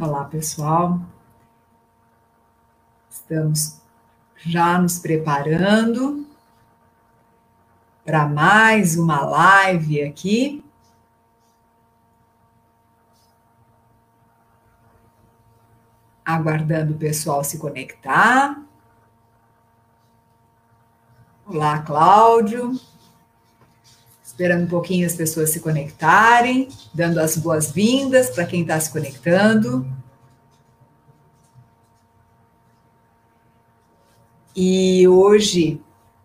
Olá, pessoal. Estamos já nos preparando para mais uma live aqui. Aguardando o pessoal se conectar. Olá, Cláudio. Esperando um pouquinho as pessoas se conectarem, dando as boas-vindas para quem está se conectando. E hoje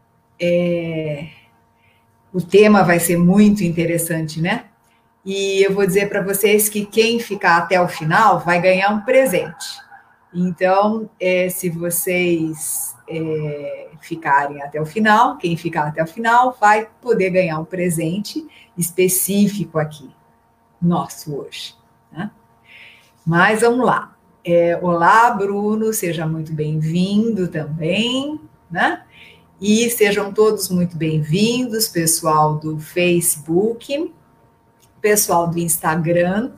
o tema vai ser muito interessante, né? E eu vou dizer para vocês que quem ficar até o final vai ganhar um presente. Então, se vocês ficarem até o final, quem ficar até o final vai poder ganhar um presente específico aqui, nosso hoje. Né? Mas vamos lá. Olá, Bruno, seja muito bem-vindo também, né? E sejam todos muito bem-vindos, pessoal do Facebook, pessoal do Instagram.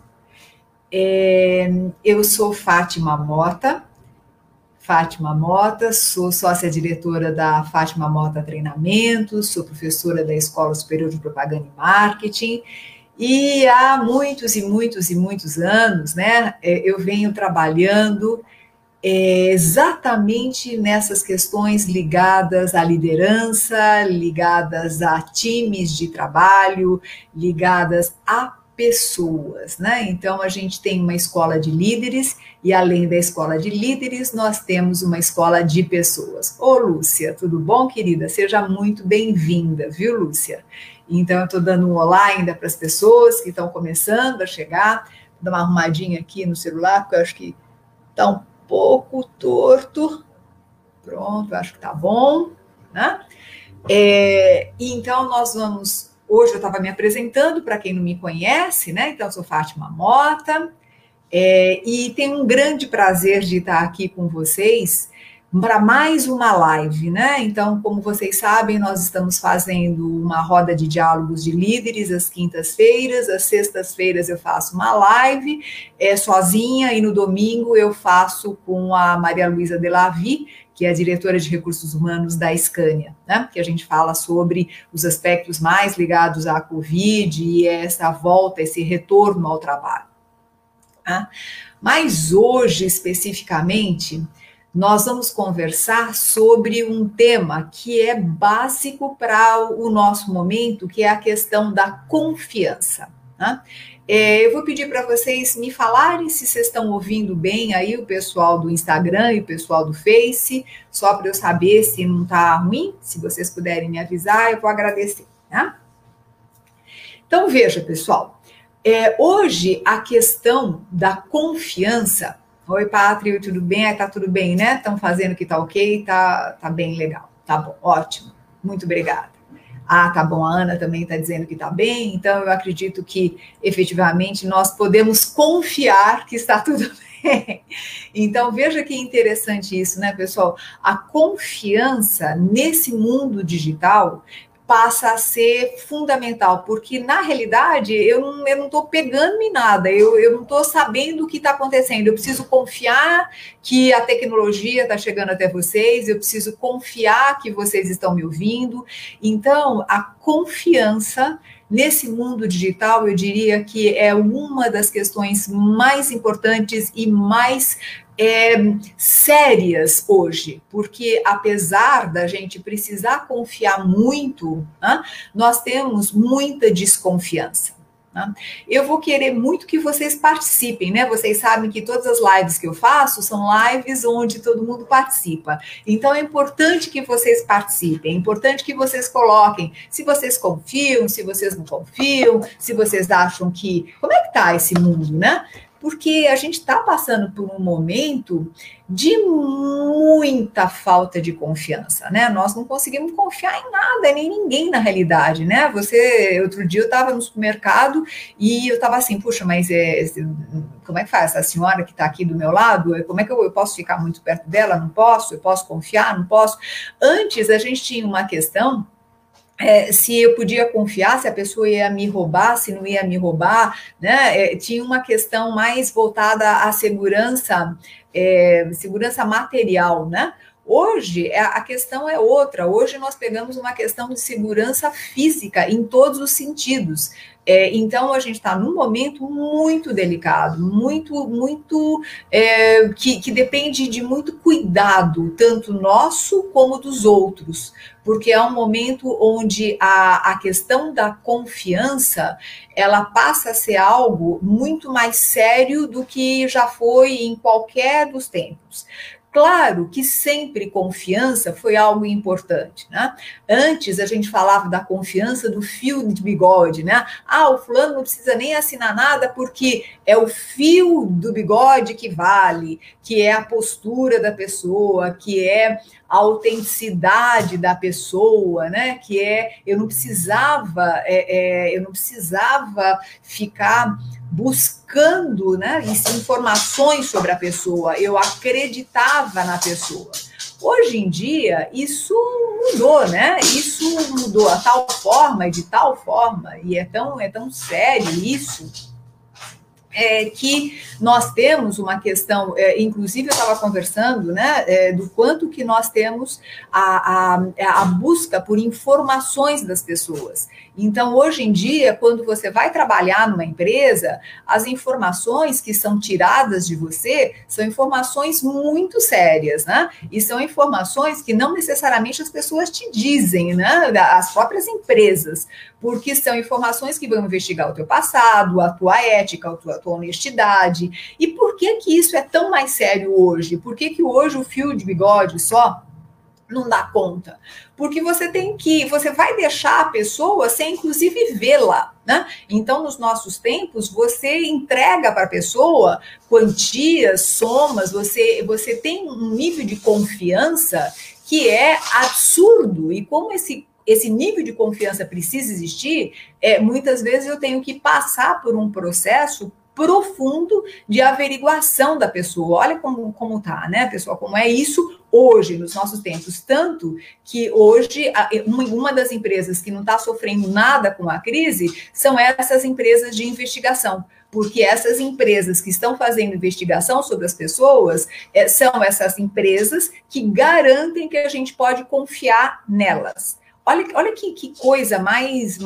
Eu sou Fátima Mota, sou sócia-diretora da Fátima Mota Treinamentos, sou professora da Escola Superior de Propaganda e Marketing, e há muitos e muitos e muitos anos, né, eu venho trabalhando exatamente nessas questões ligadas à liderança, ligadas a times de trabalho, ligadas a pessoas, né? Então, a gente tem uma escola de líderes e, além da escola de líderes, nós temos uma escola de pessoas. Ô, Lúcia, tudo bom, querida? Seja muito bem-vinda, viu, Lúcia? Então, eu estou dando um olá ainda para as pessoas que estão começando a chegar. Vou dar uma arrumadinha aqui no celular, porque eu acho que está um pouco torto. Pronto, acho que tá bom, né? Então, nós vamos... Hoje eu estava me apresentando, para quem não me conhece, né? Então, eu sou Fátima Mota, e tenho um grande prazer de estar aqui com vocês para mais uma live, né? Então, como vocês sabem, nós estamos fazendo uma roda de diálogos de líderes às quintas-feiras, às sextas-feiras eu faço uma live sozinha, e no domingo eu faço com a Maria Luísa Delavi, que é a diretora de recursos humanos da Scania, né? Que a gente fala sobre os aspectos mais ligados à Covid e essa volta, esse retorno ao trabalho. Tá? Mas hoje, especificamente, nós vamos conversar sobre um tema que é básico para o nosso momento, que é a questão da confiança. Né? Eu vou pedir para vocês me falarem se vocês estão ouvindo bem aí o pessoal do Instagram e o pessoal do Face, só para eu saber se não está ruim. Se vocês puderem me avisar, eu vou agradecer. Né? Então, veja, pessoal, hoje a questão da confiança... Oi, Pátrio, tudo bem? Tá tudo bem, né? Estão fazendo que tá ok, tá bem legal. Tá bom, ótimo. Muito obrigada. Ah, tá bom, a Ana também está dizendo que tá bem, então eu acredito que efetivamente nós podemos confiar que está tudo bem. Então, veja que interessante isso, né, pessoal? A confiança nesse mundo digital passa a ser fundamental, porque na realidade eu não estou pegando em nada, eu não estou sabendo o que está acontecendo, eu preciso confiar que a tecnologia está chegando até vocês, eu preciso confiar que vocês estão me ouvindo. Então, a confiança nesse mundo digital, eu diria que é uma das questões mais importantes e mais sérias hoje, porque apesar da gente precisar confiar muito, né, nós temos muita desconfiança. Né? Eu vou querer muito que vocês participem, né? Vocês sabem que todas as lives que eu faço são lives onde todo mundo participa. Então é importante que vocês participem, é importante que vocês coloquem se vocês confiam, se vocês não confiam, se vocês acham que... Como é que tá esse mundo, né? Porque a gente está passando por um momento de muita falta de confiança, né? Nós não conseguimos confiar em nada, nem ninguém na realidade, né? Outro dia eu estava no supermercado e eu estava assim, puxa, mas como é que faz? Essa senhora que está aqui do meu lado, como é que eu posso ficar muito perto dela? Não posso? Eu posso confiar? Não posso? Antes a gente tinha uma questão se eu podia confiar, se a pessoa ia me roubar, se não ia me roubar, né? Tinha uma questão mais voltada à segurança, segurança material, né? Hoje a questão é outra. Hoje nós pegamos uma questão de segurança física em todos os sentidos. Então a gente está num momento muito delicado, muito que depende de muito cuidado, tanto nosso como dos outros, porque é um momento onde a questão da confiança ela passa a ser algo muito mais sério do que já foi em qualquer dos tempos. Claro que sempre confiança foi algo importante, né? Antes a gente falava da confiança do fio de bigode, né? Ah, o fulano não precisa nem assinar nada porque é o fio do bigode que vale, que é a postura da pessoa, que é a autenticidade da pessoa, né? Que eu não precisava ficar buscando, né, informações sobre a pessoa, eu acreditava na pessoa. Hoje em dia, isso mudou, né? Isso mudou a tal forma e de tal forma, e é tão sério isso, que nós temos uma questão, inclusive eu estava conversando, né, do quanto que nós temos a busca por informações das pessoas. Então, hoje em dia, quando você vai trabalhar numa empresa, as informações que são tiradas de você são informações muito sérias, né? E são informações que não necessariamente as pessoas te dizem, né? As próprias empresas, porque são informações que vão investigar o teu passado, a tua ética, a tua honestidade. E por que isso é tão mais sério hoje? Por que hoje o fio de bigode só não dá conta? Porque você vai deixar a pessoa sem inclusive vê-la, né? Então, nos nossos tempos, você entrega para a pessoa quantias, somas, você tem um nível de confiança que é absurdo. E como esse nível de confiança precisa existir, muitas vezes eu tenho que passar por um processo profundo de averiguação da pessoa. Olha como tá, né, pessoal? Como é isso hoje, nos nossos tempos. Tanto que hoje, uma das empresas que não está sofrendo nada com a crise são essas empresas de investigação. Porque essas empresas que estão fazendo investigação sobre as pessoas são essas empresas que garantem que a gente pode confiar nelas. Olha que coisa mais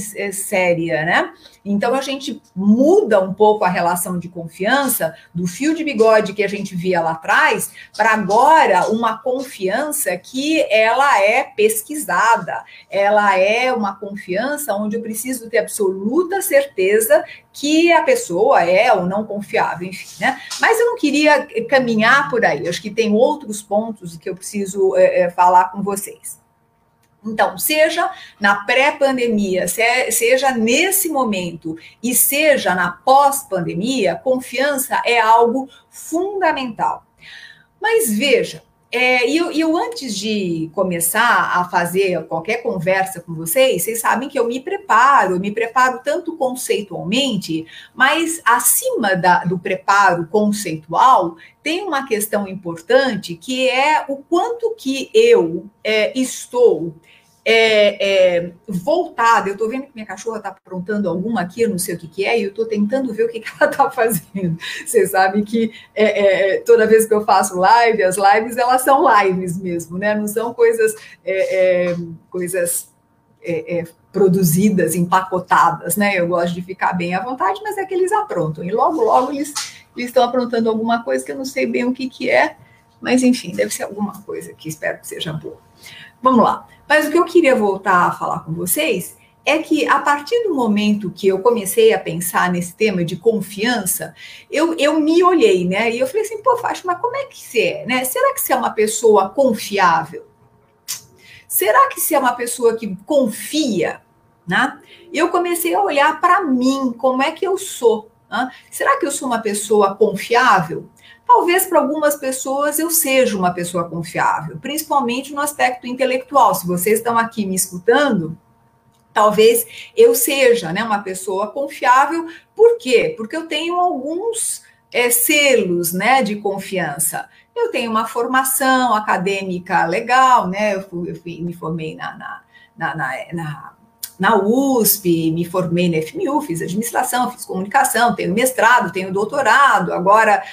séria, né? Então, a gente muda um pouco a relação de confiança do fio de bigode que a gente via lá atrás para agora uma confiança que ela é pesquisada, ela é uma confiança onde eu preciso ter absoluta certeza que a pessoa é ou não confiável, enfim, né? Mas eu não queria caminhar por aí, acho que tem outros pontos que eu preciso falar com vocês. Então, seja na pré-pandemia, seja nesse momento e seja na pós-pandemia, confiança é algo fundamental. Mas veja, eu antes de começar a fazer qualquer conversa com vocês sabem que eu me preparo tanto conceitualmente, mas acima do preparo conceitual, tem uma questão importante que é o quanto que eu estou voltada. Eu estou vendo que minha cachorra está aprontando alguma aqui, eu não sei o que é, e eu estou tentando ver o que ela está fazendo. Vocês sabem que toda vez que eu faço live, as lives elas são lives mesmo, né? Não são coisas produzidas, empacotadas, né? Eu gosto de ficar bem à vontade, mas é que eles aprontam, e logo eles estão aprontando alguma coisa que eu não sei bem o que é, mas enfim, deve ser alguma coisa que espero que seja boa. Vamos lá. Mas o que eu queria voltar a falar com vocês é que a partir do momento que eu comecei a pensar nesse tema de confiança, eu me olhei, né? E eu falei assim, pô, Fátima, mas como é que você é, né? Será que você é uma pessoa confiável? Será que você é uma pessoa que confia, né? E eu comecei a olhar para mim, como é que eu sou, né? Será que eu sou uma pessoa confiável? Talvez para algumas pessoas eu seja uma pessoa confiável, principalmente no aspecto intelectual. Se vocês estão aqui me escutando, talvez eu seja, né, uma pessoa confiável. Por quê? Porque eu tenho alguns selos, né, de confiança. Eu tenho uma formação acadêmica legal, né? Eu me formei na na USP, me formei na FMU, fiz administração, fiz comunicação, tenho mestrado, tenho doutorado, agora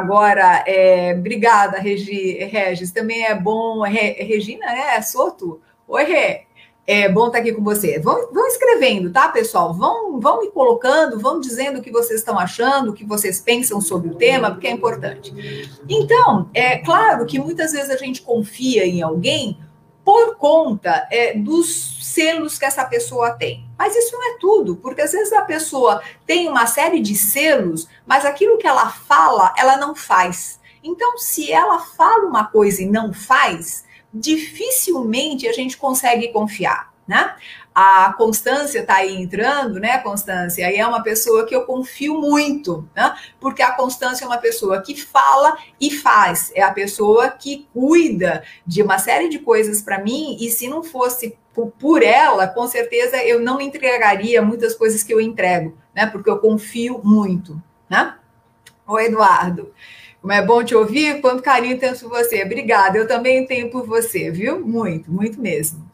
obrigada, Regis, também é bom, Regina, Soto? Oi, Rê, é bom estar aqui com você. Vão escrevendo, tá, pessoal? Vão me colocando, vão dizendo o que vocês estão achando, o que vocês pensam sobre o tema, porque é importante. Então, é claro que muitas vezes a gente confia em alguém por conta dos selos que essa pessoa tem. Mas isso não é tudo, porque às vezes a pessoa tem uma série de selos, mas aquilo que ela fala, ela não faz. Então, se ela fala uma coisa e não faz, dificilmente a gente consegue confiar, né? A Constância está aí entrando, né, Constância? Aí é uma pessoa que eu confio muito, né? Porque a Constância é uma pessoa que fala e faz. É a pessoa que cuida de uma série de coisas para mim, e se não fosse por ela, com certeza eu não entregaria muitas coisas que eu entrego, né? Porque eu confio muito, né? Ô, Eduardo, como é bom te ouvir, quanto carinho tenho por você. Obrigada, eu também tenho por você, viu? Muito, muito mesmo.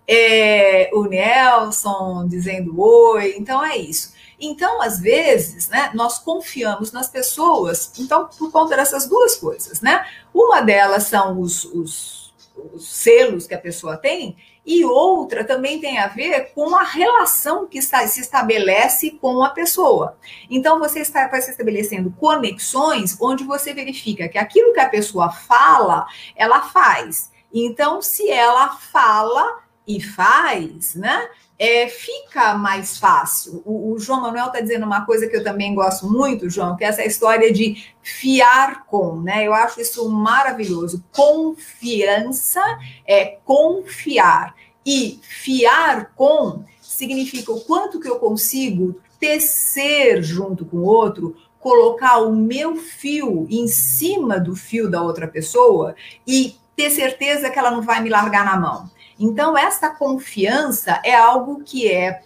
O Nelson dizendo oi, então é isso. Então, às vezes, né, nós confiamos nas pessoas, então, por conta dessas duas coisas, né? Uma delas são os selos que a pessoa tem, e outra também tem a ver com a relação que se estabelece com a pessoa. Então, você vai se estabelecendo conexões onde você verifica que aquilo que a pessoa fala, ela faz. Então, se ela fala e faz, né? Fica mais fácil. O João Manuel está dizendo uma coisa que eu também gosto muito, João, que é essa história de fiar com, né? Eu acho isso maravilhoso. Confiança é confiar. E fiar com significa o quanto que eu consigo tecer junto com o outro, colocar o meu fio em cima do fio da outra pessoa e ter certeza que ela não vai me largar na mão. Então, essa confiança é algo que é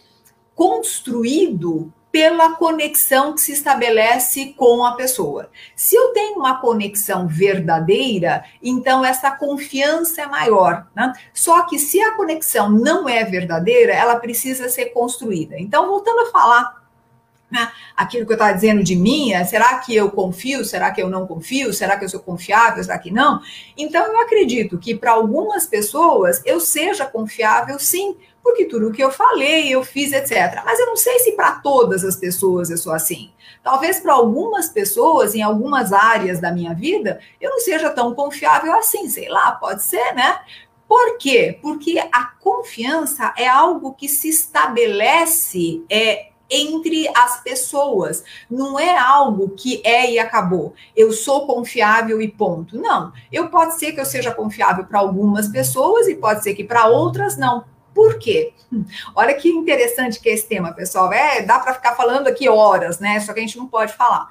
construído pela conexão que se estabelece com a pessoa. Se eu tenho uma conexão verdadeira, então essa confiança é maior, né? Só que se a conexão não é verdadeira, ela precisa ser construída. Então, voltando a falar, né, aquilo que eu estava dizendo de mim, será que eu confio? Será que eu não confio? Será que eu sou confiável? Será que não? Então, eu acredito que para algumas pessoas eu seja confiável, sim, porque tudo o que eu falei, eu fiz, etc. Mas eu não sei se para todas as pessoas eu sou assim. Talvez para algumas pessoas, em algumas áreas da minha vida, eu não seja tão confiável assim, sei lá, pode ser, né? Por quê? Porque a confiança é algo que se estabelece entre as pessoas. Não é algo que é e acabou. Eu sou confiável e ponto. Não. Pode ser que eu seja confiável para algumas pessoas e pode ser que para outras não. Por quê? Olha que interessante que é esse tema, pessoal. Dá para ficar falando aqui horas, né? Só que a gente não pode falar.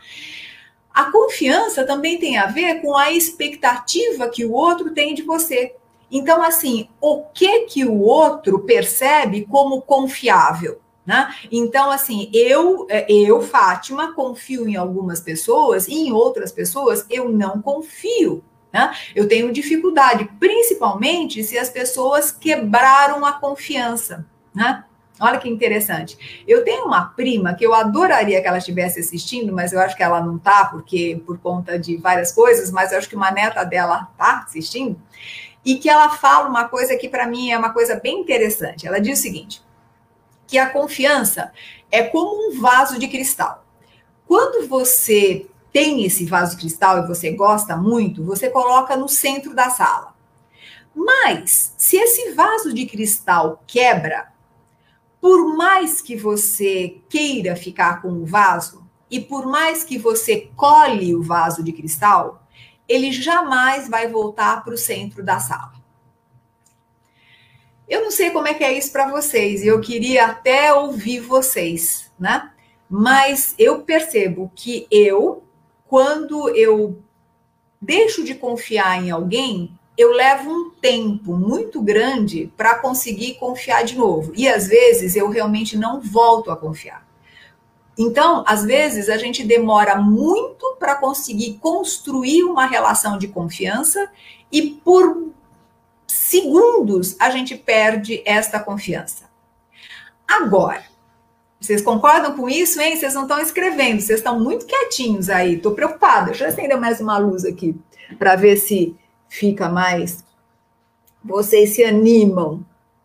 A confiança também tem a ver com a expectativa que o outro tem de você. Então, assim, o que o outro percebe como confiável? Né? Então, assim, eu, Fátima, confio em algumas pessoas e em outras pessoas eu não confio. Né? Eu tenho dificuldade, principalmente se as pessoas quebraram a confiança. Né? Olha que interessante. Eu tenho uma prima que eu adoraria que ela estivesse assistindo, mas eu acho que ela não está, porque por conta de várias coisas, mas eu acho que uma neta dela está assistindo, e que ela fala uma coisa que para mim é uma coisa bem interessante. Ela diz o seguinte: que a confiança é como um vaso de cristal. Quando você tem esse vaso de cristal e você gosta muito, você coloca no centro da sala. Mas, se esse vaso de cristal quebra, por mais que você queira ficar com o vaso, e por mais que você colhe o vaso de cristal, ele jamais vai voltar para o centro da sala. Eu não sei como é que é isso para vocês, e eu queria até ouvir vocês, né? Mas eu percebo que quando eu deixo de confiar em alguém, eu levo um tempo muito grande para conseguir confiar de novo. E às vezes eu realmente não volto a confiar. Então, às vezes, a gente demora muito para conseguir construir uma relação de confiança e por segundos a gente perde esta confiança. Agora, vocês concordam com isso, hein? Vocês não estão escrevendo, vocês estão muito quietinhos aí. Estou preocupada. Deixa eu acender mais uma luz aqui para ver se fica mais. Vocês se animam.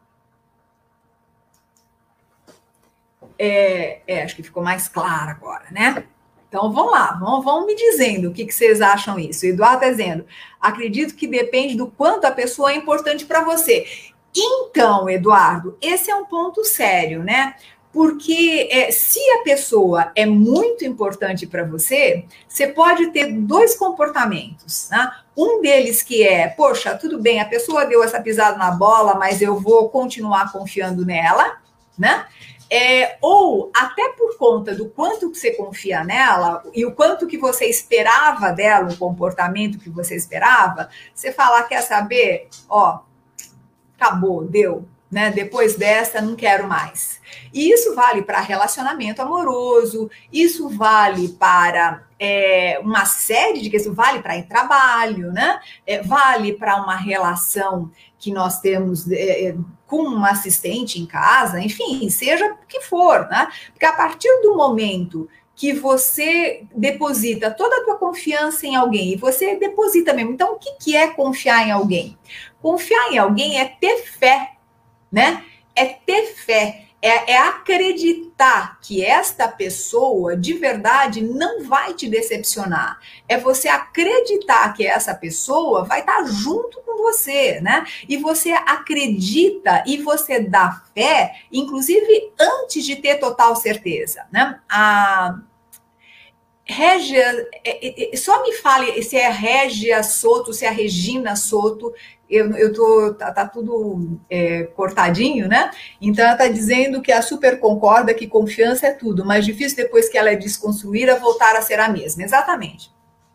Acho que ficou mais claro agora, né? Então, vamos lá, vão me dizendo o que vocês acham isso. O Eduardo está dizendo, acredito que depende do quanto a pessoa é importante para você. Então, Eduardo, esse é um ponto sério, né? Porque se a pessoa é muito importante para você, você pode ter dois comportamentos, né? Um deles que é, poxa, tudo bem, a pessoa deu essa pisada na bola, mas eu vou continuar confiando nela, né? Ou até por conta do quanto que você confia nela e o quanto que você esperava dela, o comportamento que você esperava, você falar, quer saber? Ó, acabou, deu, né? Depois dessa, não quero mais. E isso vale para relacionamento amoroso, isso vale para uma série de questões, vale para trabalho, né? Vale para uma relação que nós temos com um assistente em casa, enfim, seja o que for, né? Porque a partir do momento que você deposita toda a tua confiança em alguém, e você deposita mesmo. Então, o que é confiar em alguém? Confiar em alguém é ter fé, né? É ter fé, é acreditar que esta pessoa de verdade não vai te decepcionar. É você acreditar que essa pessoa vai estar junto com você, né? E você acredita e você dá fé, inclusive antes de ter total certeza, né? A Régia, só me fale se é Régia Soto, se é a Regina Soto. Tá tudo cortadinho, né? Então ela tá dizendo que a super concorda que confiança é tudo, mas difícil depois que ela é desconstruída voltar a ser a mesma. Exatamente.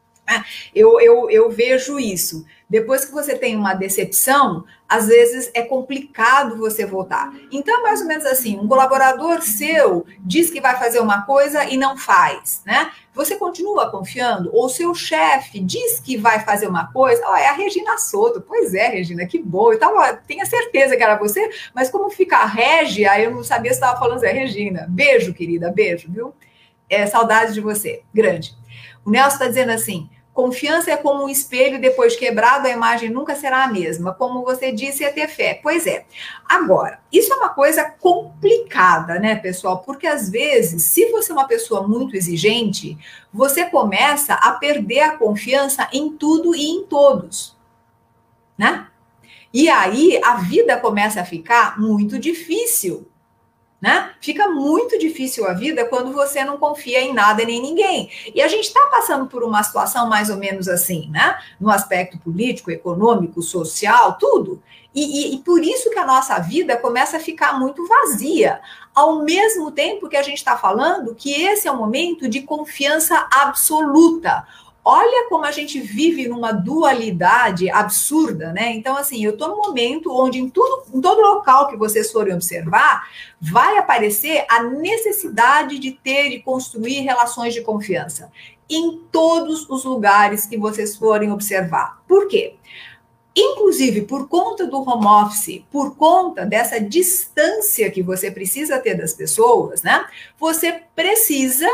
Eu vejo isso. Depois que você tem uma decepção, às vezes é complicado você voltar. Então, é mais ou menos assim, um colaborador seu diz que vai fazer uma coisa e não faz, né? Você continua confiando? Ou seu chefe diz que vai fazer uma coisa? É a Regina Soto. Pois é, Regina, que boa. Eu tinha certeza que era você, mas como fica a Régia, eu não sabia se estava falando Zé Regina. Beijo, querida, beijo, viu? Saudade de você, grande. O Nelson está dizendo assim, confiança é como um espelho, depois quebrado, a imagem nunca será a mesma. Como você disse, é ter fé. Pois é. Agora, isso é uma coisa complicada, né, pessoal? Porque, às vezes, se você é uma pessoa muito exigente, você começa a perder a confiança em tudo e em todos, né? E aí, a vida começa a ficar muito difícil, né? Fica muito difícil a vida quando você não confia em nada nem ninguém. E a gente está passando por uma situação mais ou menos assim, né? No aspecto político, econômico, social, tudo. E por isso que a nossa vida começa a ficar muito vazia. Ao mesmo tempo que a gente está falando que esse é um momento de confiança absoluta. Olha como a gente vive numa dualidade absurda, né? Então, assim, eu estou num momento onde em todo local que vocês forem observar, vai aparecer a necessidade de ter e construir relações de confiança. Em todos os lugares que vocês forem observar. Por quê? Inclusive, por conta do home office, por conta dessa distância que você precisa ter das pessoas, né? Você precisa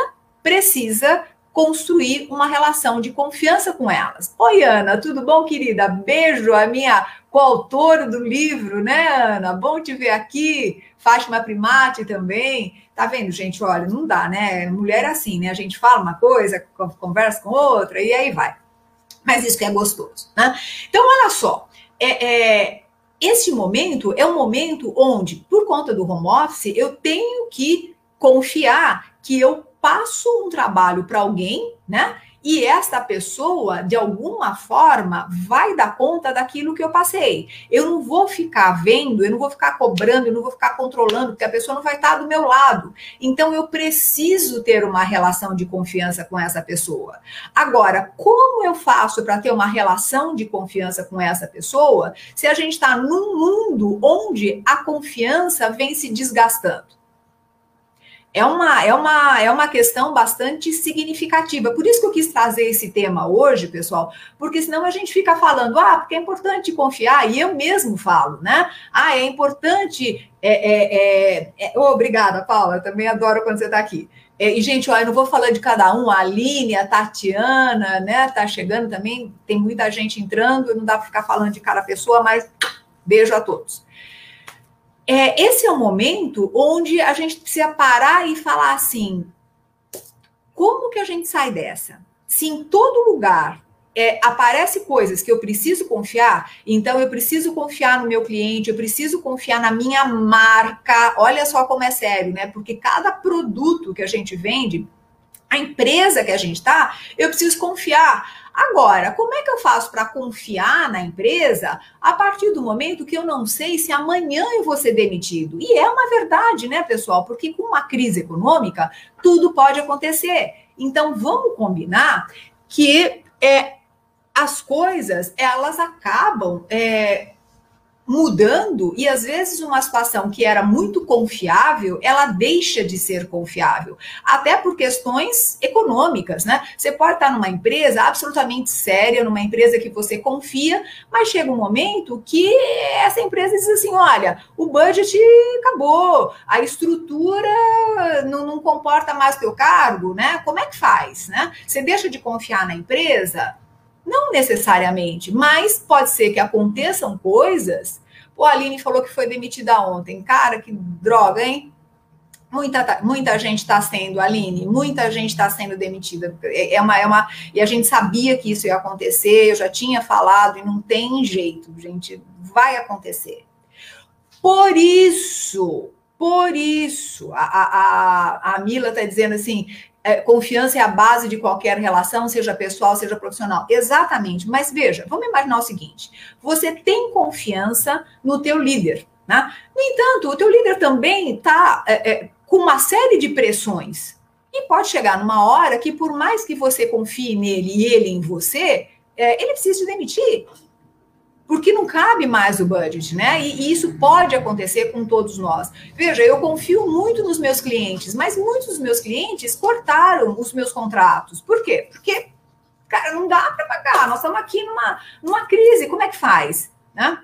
construir uma relação de confiança com elas. Oi, Ana, tudo bom, querida? Beijo, a minha coautora do livro, né, Ana? Bom te ver aqui. Fátima Primati também. Tá vendo, gente? Olha, não dá, né? Mulher é assim, né? A gente fala uma coisa, conversa com outra e aí vai. Mas isso que é gostoso, né? Então, olha só. Este momento é um momento onde, por conta do home office, eu tenho que confiar que eu passo um trabalho para alguém, né? E esta pessoa, de alguma forma, vai dar conta daquilo que eu passei. Eu não vou ficar vendo, eu não vou ficar cobrando, eu não vou ficar controlando, porque a pessoa não vai estar do meu lado. Então, eu preciso ter uma relação de confiança com essa pessoa. Agora, como eu faço para ter uma relação de confiança com essa pessoa se a gente está num mundo onde a confiança vem se desgastando? é uma questão bastante significativa. Por isso que eu quis trazer esse tema hoje, pessoal, porque senão a gente fica falando, porque é importante confiar, e eu mesmo falo, né? É importante. Obrigada, Paula, eu também adoro quando você está aqui. E, gente, olha, eu não vou falar de cada um, a Aline, a Tatiana, né? Tá chegando também, tem muita gente entrando, não dá para ficar falando de cada pessoa, mas beijo a todos. Esse é o momento onde a gente precisa parar e falar assim, como que a gente sai dessa? Se em todo lugar aparece coisas que eu preciso confiar, então eu preciso confiar no meu cliente, eu preciso confiar na minha marca, olha só como é sério, né? Porque cada produto que a gente vende, a empresa que a gente está, eu preciso confiar. Agora, como é que eu faço para confiar na empresa a partir do momento que eu não sei se amanhã eu vou ser demitido? E é uma verdade, né, pessoal? Porque com uma crise econômica, tudo pode acontecer. Então, vamos combinar que as coisas, elas acabam mudando, e às vezes uma situação que era muito confiável, ela deixa de ser confiável, até por questões econômicas, né? Você pode estar numa empresa absolutamente séria, numa empresa que você confia, mas chega um momento que essa empresa diz assim, olha, o budget acabou, a estrutura não comporta mais o teu cargo, né? Como é que faz, né? Você deixa de confiar na empresa? Não necessariamente, mas pode ser que aconteçam coisas. A Aline falou que foi demitida ontem. Cara, que droga, hein? Muita gente está sendo, Aline, muita gente está sendo demitida. E a gente sabia que isso ia acontecer, eu já tinha falado, e não tem jeito, gente, vai acontecer. Por isso, a Mila está dizendo assim, confiança é a base de qualquer relação, seja pessoal, seja profissional. Exatamente, mas veja, vamos imaginar o seguinte, você tem confiança no teu líder, né? No entanto, o teu líder também está com uma série de pressões, e pode chegar numa hora que por mais que você confie nele e ele em você, ele precisa te demitir, porque não cabe mais o budget, né? E isso pode acontecer com todos nós. Veja, eu confio muito nos meus clientes, mas muitos dos meus clientes cortaram os meus contratos. Por quê? Porque, cara, não dá para pagar. Nós estamos aqui numa crise. Como é que faz? Né?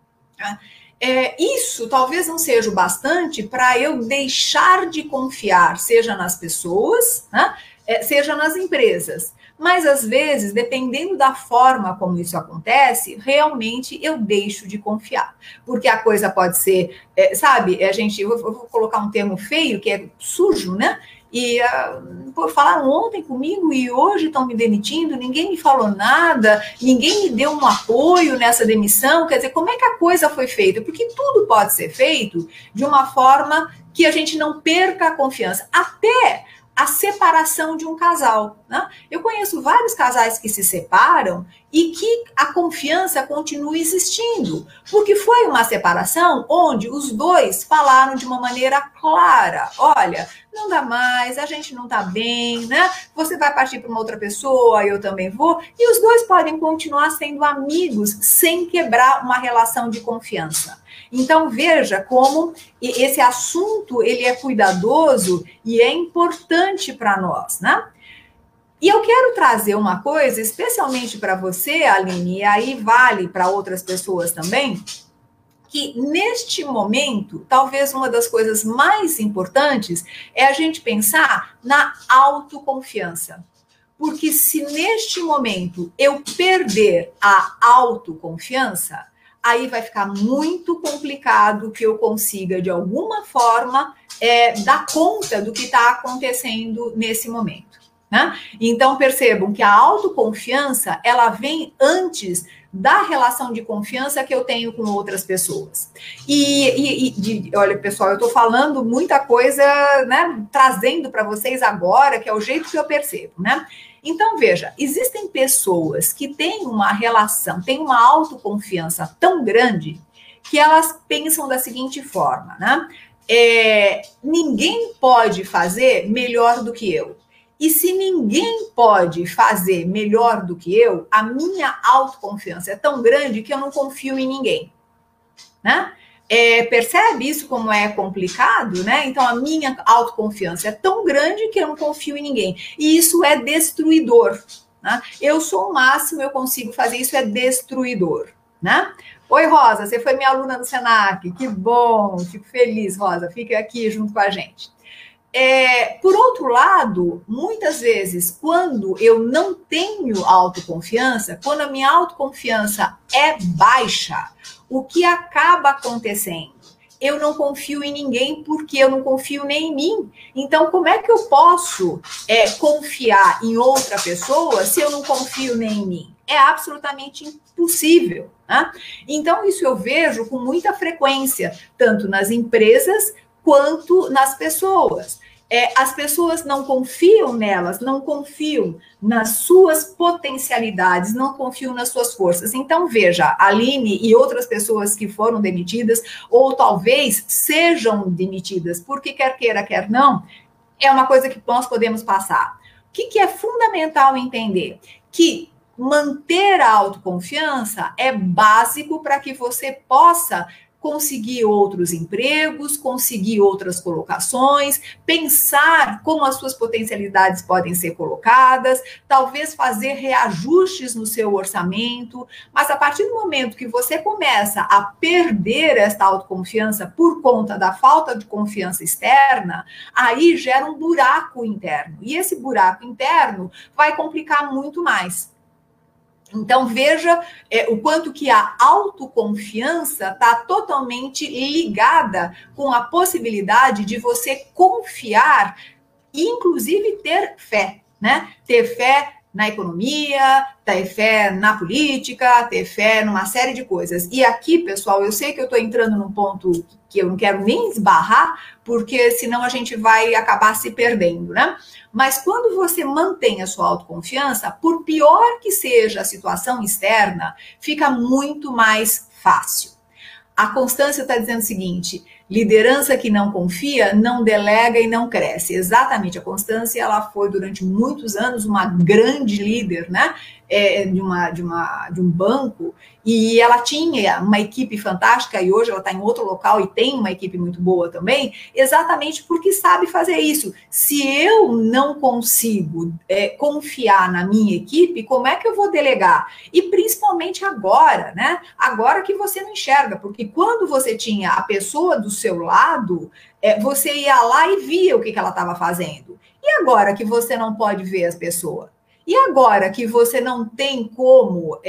Isso talvez não seja o bastante para eu deixar de confiar, seja nas pessoas, né? Seja nas empresas. Mas, às vezes, dependendo da forma como isso acontece, realmente eu deixo de confiar. Porque a coisa pode ser, sabe, eu vou colocar um termo feio, que é sujo, né? E falaram ontem comigo e hoje estão me demitindo, ninguém me falou nada, ninguém me deu um apoio nessa demissão. Quer dizer, como é que a coisa foi feita? Porque tudo pode ser feito de uma forma que a gente não perca a confiança. Até a separação de um casal, né? Eu conheço vários casais que se separam e que a confiança continua existindo, porque foi uma separação onde os dois falaram de uma maneira clara, olha, não dá mais, a gente não tá bem, né? Você vai partir para uma outra pessoa, eu também vou, e os dois podem continuar sendo amigos sem quebrar uma relação de confiança. Então, veja como esse assunto ele é cuidadoso e é importante para nós, né? E eu quero trazer uma coisa, especialmente para você, Aline, e aí vale para outras pessoas também, que neste momento, talvez uma das coisas mais importantes é a gente pensar na autoconfiança. Porque se neste momento eu perder a autoconfiança, aí vai ficar muito complicado que eu consiga, de alguma forma, dar conta do que está acontecendo nesse momento, né? Então, percebam que a autoconfiança, ela vem antes da relação de confiança que eu tenho com outras pessoas. Olha, pessoal, eu estou falando muita coisa, né, trazendo para vocês agora, que é o jeito que eu percebo, né? Então, veja, existem pessoas que têm uma relação, têm uma autoconfiança tão grande que elas pensam da seguinte forma, né? Ninguém pode fazer melhor do que eu. E se ninguém pode fazer melhor do que eu, a minha autoconfiança é tão grande que eu não confio em ninguém, né? Percebe isso como é complicado, né? Então a minha autoconfiança é tão grande que eu não confio em ninguém. E isso é destruidor, né? Eu sou o máximo, eu consigo fazer isso, é destruidor, né? Oi, Rosa, você foi minha aluna no Senac, que bom, fico feliz, Rosa, fica aqui junto com a gente. Por outro lado, muitas vezes, quando eu não tenho autoconfiança, quando a minha autoconfiança é baixa, o que acaba acontecendo? Eu não confio em ninguém porque eu não confio nem em mim. Então, como é que eu posso confiar em outra pessoa se eu não confio nem em mim? É absolutamente impossível, né? Então, isso eu vejo com muita frequência, tanto nas empresas quanto nas pessoas. As pessoas não confiam nelas, não confiam nas suas potencialidades, não confiam nas suas forças. Então, veja, a Aline e outras pessoas que foram demitidas, ou talvez sejam demitidas, porque quer queira, quer não, é uma coisa que nós podemos passar. O que é fundamental entender? Que manter a autoconfiança é básico para que você possa conseguir outros empregos, conseguir outras colocações, pensar como as suas potencialidades podem ser colocadas, talvez fazer reajustes no seu orçamento, mas a partir do momento que você começa a perder esta autoconfiança por conta da falta de confiança externa, aí gera um buraco interno, e esse buraco interno vai complicar muito mais. Então, veja o quanto que a autoconfiança está totalmente ligada com a possibilidade de você confiar e, inclusive, ter fé, né? Ter fé na economia, ter fé na política, ter fé numa série de coisas. E aqui, pessoal, eu sei que eu estou entrando num ponto que eu não quero nem esbarrar, porque senão a gente vai acabar se perdendo, né? Mas quando você mantém a sua autoconfiança, por pior que seja a situação externa, fica muito mais fácil. A Constância está dizendo o seguinte: liderança que não confia, não delega e não cresce. Exatamente, a Constância, ela foi durante muitos anos uma grande líder, né? De um banco, e ela tinha uma equipe fantástica, e hoje ela está em outro local e tem uma equipe muito boa também, exatamente porque sabe fazer isso. Se eu não consigo confiar na minha equipe, como é que eu vou delegar? E principalmente agora, né? Agora que você não enxerga, porque quando você tinha a pessoa do seu lado, você ia lá e via o que ela estava fazendo. E agora que você não pode ver as pessoas? E agora que você não tem como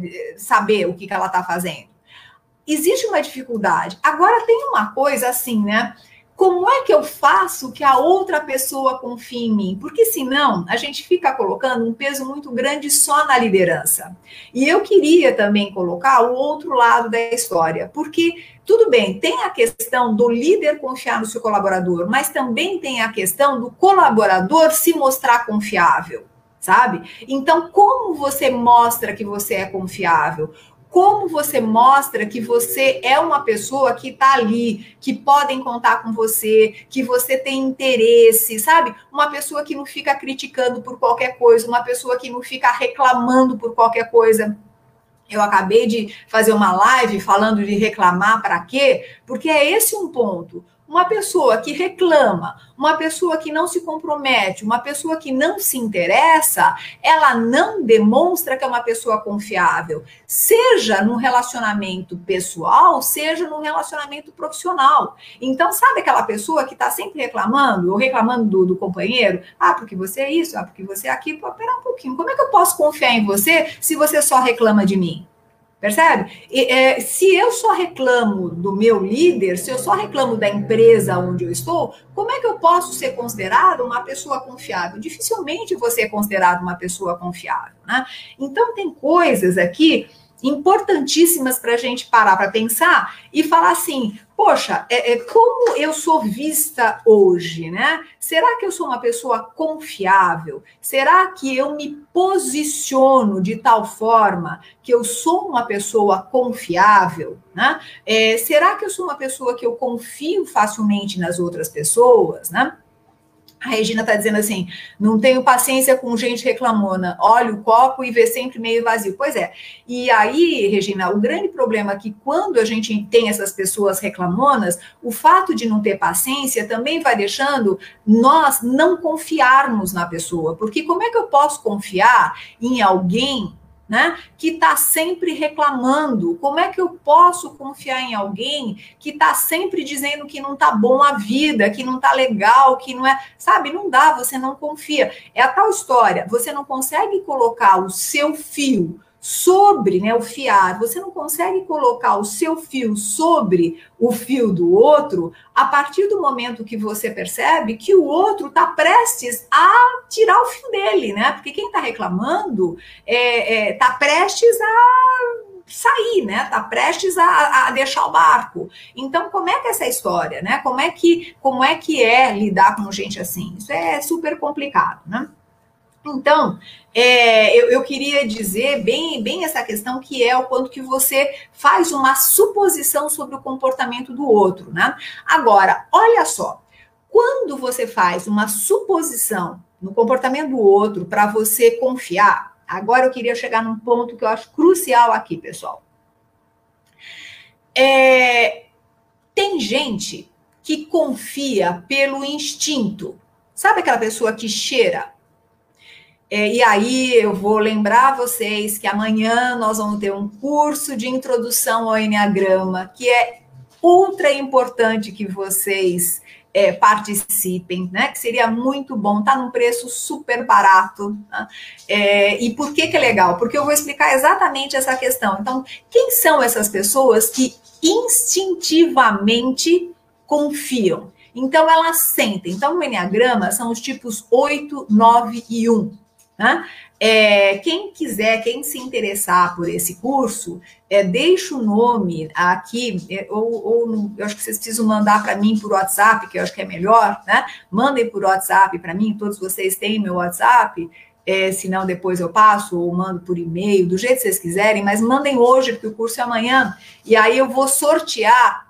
saber o que ela está fazendo? Existe uma dificuldade. Agora tem uma coisa assim, né? Como é que eu faço que a outra pessoa confie em mim? Porque senão a gente fica colocando um peso muito grande só na liderança. E eu queria também colocar o outro lado da história, porque tudo bem, tem a questão do líder confiar no seu colaborador, mas também tem a questão do colaborador se mostrar confiável, sabe? Então, como você mostra que você é confiável? Como você mostra que você é uma pessoa que está ali, que podem contar com você, que você tem interesse, sabe? Uma pessoa que não fica criticando por qualquer coisa, uma pessoa que não fica reclamando por qualquer coisa. Eu acabei de fazer uma live falando de reclamar para quê? Porque é esse um ponto. Uma pessoa que reclama, uma pessoa que não se compromete, uma pessoa que não se interessa, ela não demonstra que é uma pessoa confiável, seja no relacionamento pessoal, seja no relacionamento profissional. Então, sabe aquela pessoa que está sempre reclamando, ou reclamando do companheiro? Ah, porque você é isso, ah, porque você é aquilo. Pô, pera um pouquinho, como é que eu posso confiar em você se você só reclama de mim? Percebe? Se eu só reclamo do meu líder, se eu só reclamo da empresa onde eu estou, como é que eu posso ser considerado uma pessoa confiável? Dificilmente você é considerado uma pessoa confiável, né? Então, tem coisas aqui importantíssimas para a gente parar para pensar e falar assim, poxa, como eu sou vista hoje, né? Será que eu sou uma pessoa confiável? Será que eu me posiciono de tal forma que eu sou uma pessoa confiável, né? Será que eu sou uma pessoa que eu confio facilmente nas outras pessoas, né? A Regina está dizendo assim, não tenho paciência com gente reclamona, olha o copo e vê sempre meio vazio. Pois é, e aí, Regina, o grande problema é que quando a gente tem essas pessoas reclamonas, o fato de não ter paciência também vai deixando nós não confiarmos na pessoa, porque como é que eu posso confiar em alguém, né, que está sempre reclamando? Como é que eu posso confiar em alguém que está sempre dizendo que não está bom a vida, que não está legal, que não é, sabe? Não dá, você não confia. É a tal história, você não consegue colocar o seu fio sobre, né, o fiar, você não consegue colocar o seu fio sobre o fio do outro a partir do momento que você percebe que o outro está prestes a tirar o fio dele, né? Porque quem está reclamando está prestes a sair, né? Está prestes a deixar o barco. Então, como é que é essa história, né? Como é que é lidar com gente assim? Isso é super complicado, né? Então, eu queria dizer bem essa questão que é o quanto que você faz uma suposição sobre o comportamento do outro, né? Agora, olha só, quando você faz uma suposição no comportamento do outro para você confiar, agora eu queria chegar num ponto que eu acho crucial aqui, pessoal. Tem gente que confia pelo instinto. Sabe aquela pessoa que cheira? E aí eu vou lembrar vocês que amanhã nós vamos ter um curso de introdução ao Enneagrama, que é ultra importante que vocês participem, né? Que seria muito bom, tá num preço super barato. Né? E por que é legal? Porque eu vou explicar exatamente essa questão. Então, quem são essas pessoas que instintivamente confiam? Então, elas sentem. Então, no Enneagrama são os tipos 8, 9 e 1. Né? Quem quiser, quem se interessar por esse curso, deixa o nome aqui, ou eu acho que vocês precisam mandar para mim por WhatsApp, que eu acho que é melhor, né? Mandem por WhatsApp para mim, todos vocês têm meu WhatsApp, se não depois eu passo, ou mando por e-mail, do jeito que vocês quiserem, mas mandem hoje, porque o curso é amanhã, e aí eu vou sortear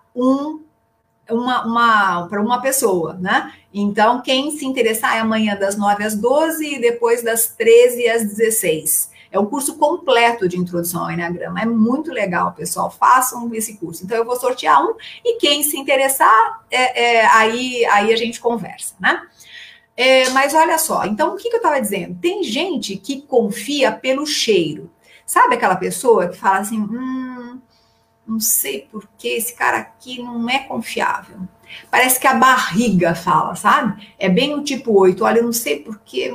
para uma pessoa, né? Então, quem se interessar é amanhã das 9 às 12 e depois das 13 às 16. É um curso completo de introdução ao Enneagrama. É muito legal, pessoal. Façam esse curso. Então, eu vou sortear um e quem se interessar, aí a gente conversa, né? Mas olha só, então o que eu estava dizendo? Tem gente que confia pelo cheiro. Sabe aquela pessoa que fala assim, não sei por que esse cara aqui não é confiável. Parece que a barriga fala, sabe? É bem o tipo 8. Olha, eu não sei por que.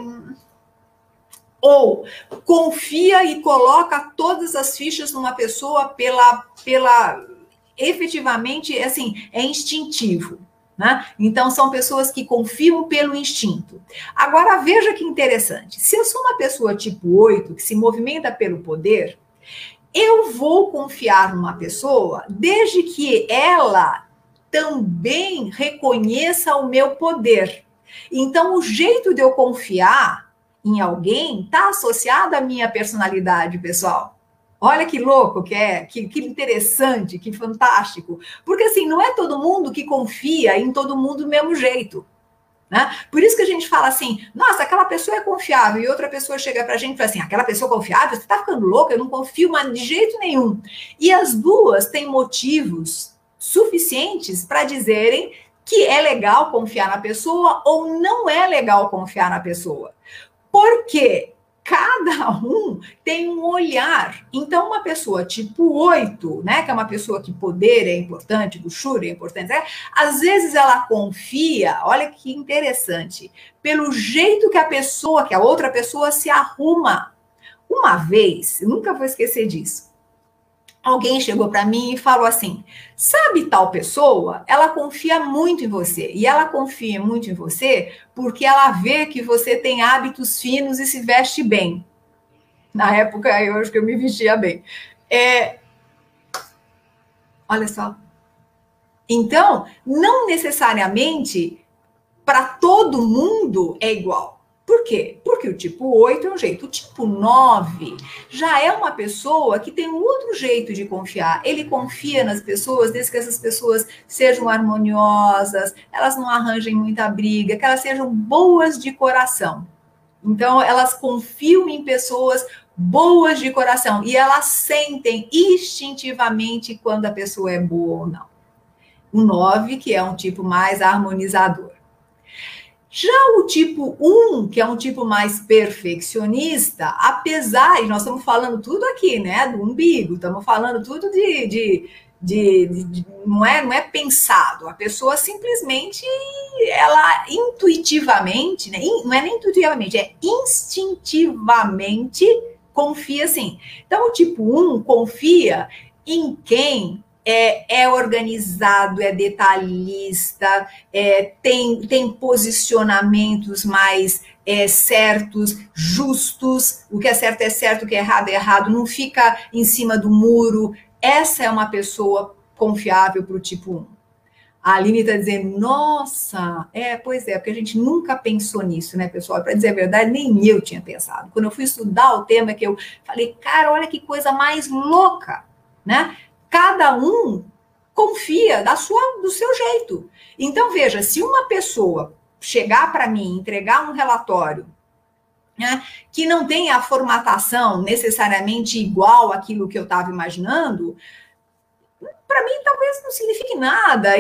Ou confia e coloca todas as fichas numa pessoa pela efetivamente, assim, é instintivo. Né? Então, são pessoas que confiam pelo instinto. Agora, veja que interessante. Se eu sou uma pessoa tipo 8, que se movimenta pelo poder, eu vou confiar numa pessoa desde que ela também reconheça o meu poder. Então, o jeito de eu confiar em alguém está associado à minha personalidade, pessoal. Olha que louco que é, que interessante, que fantástico. Porque assim, não é todo mundo que confia em todo mundo do mesmo jeito. Né? Por isso que a gente fala assim, nossa, aquela pessoa é confiável, e outra pessoa chega pra gente e fala assim, aquela pessoa confiável, você tá ficando louca, eu não confio mais de jeito nenhum. E as duas têm motivos suficientes para dizerem que é legal confiar na pessoa ou não é legal confiar na pessoa. Por quê? Cada um tem um olhar. Então, uma pessoa tipo 8, né, que é uma pessoa que poder é importante, luxúria é importante, né? Às vezes ela confia, olha que interessante, pelo jeito que a outra pessoa se arruma. Uma vez, eu nunca vou esquecer disso, alguém chegou para mim e falou assim, sabe tal pessoa? Ela confia muito em você. E ela confia muito em você porque ela vê que você tem hábitos finos e se veste bem. Na época, eu acho que eu me vestia bem. Olha só. Então, não necessariamente para todo mundo é igual. Por quê? Porque o tipo 8 é um jeito. O tipo 9 já é uma pessoa que tem um outro jeito de confiar. Ele confia nas pessoas, desde que essas pessoas sejam harmoniosas, elas não arranjem muita briga, que elas sejam boas de coração. Então, elas confiam em pessoas boas de coração e elas sentem instintivamente quando a pessoa é boa ou não. O 9, que é um tipo mais harmonizador. Já o tipo 1, que é um tipo mais perfeccionista, apesar, e nós estamos falando tudo aqui, né, do umbigo, estamos falando tudo não é pensado, a pessoa simplesmente, ela intuitivamente, né, não é nem intuitivamente, é instintivamente confia sim. Então, o tipo 1 confia em quem é organizado, é detalhista, tem posicionamentos mais certos, justos, o que é certo, o que é errado, não fica em cima do muro. Essa é uma pessoa confiável para o tipo 1. A Aline está dizendo, nossa, pois é, porque a gente nunca pensou nisso, né, pessoal? Para dizer a verdade, nem eu tinha pensado. Quando eu fui estudar o tema, que eu falei, cara, olha que coisa mais louca, né? Cada um confia do seu jeito. Então, veja, se uma pessoa chegar para mim, entregar um relatório, né, que não tem a formatação necessariamente igual àquilo que eu estava imaginando, para mim talvez não signifique nada.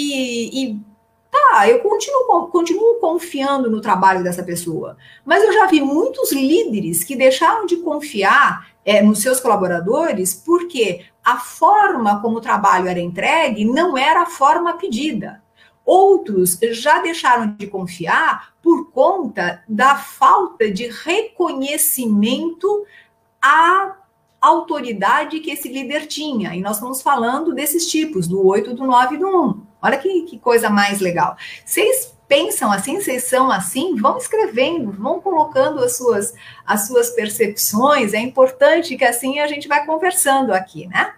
Eu continuo confiando no trabalho dessa pessoa. Mas eu já vi muitos líderes que deixaram de confiar nos seus colaboradores porque a forma como o trabalho era entregue não era a forma pedida. Outros já deixaram de confiar por conta da falta de reconhecimento à autoridade que esse líder tinha. E nós estamos falando desses tipos, do 8, do 9 e do 1. Olha que coisa mais legal. Vocês pensam assim, vocês são assim? Vão escrevendo, vão colocando as suas percepções. É importante que assim a gente vai conversando aqui, né?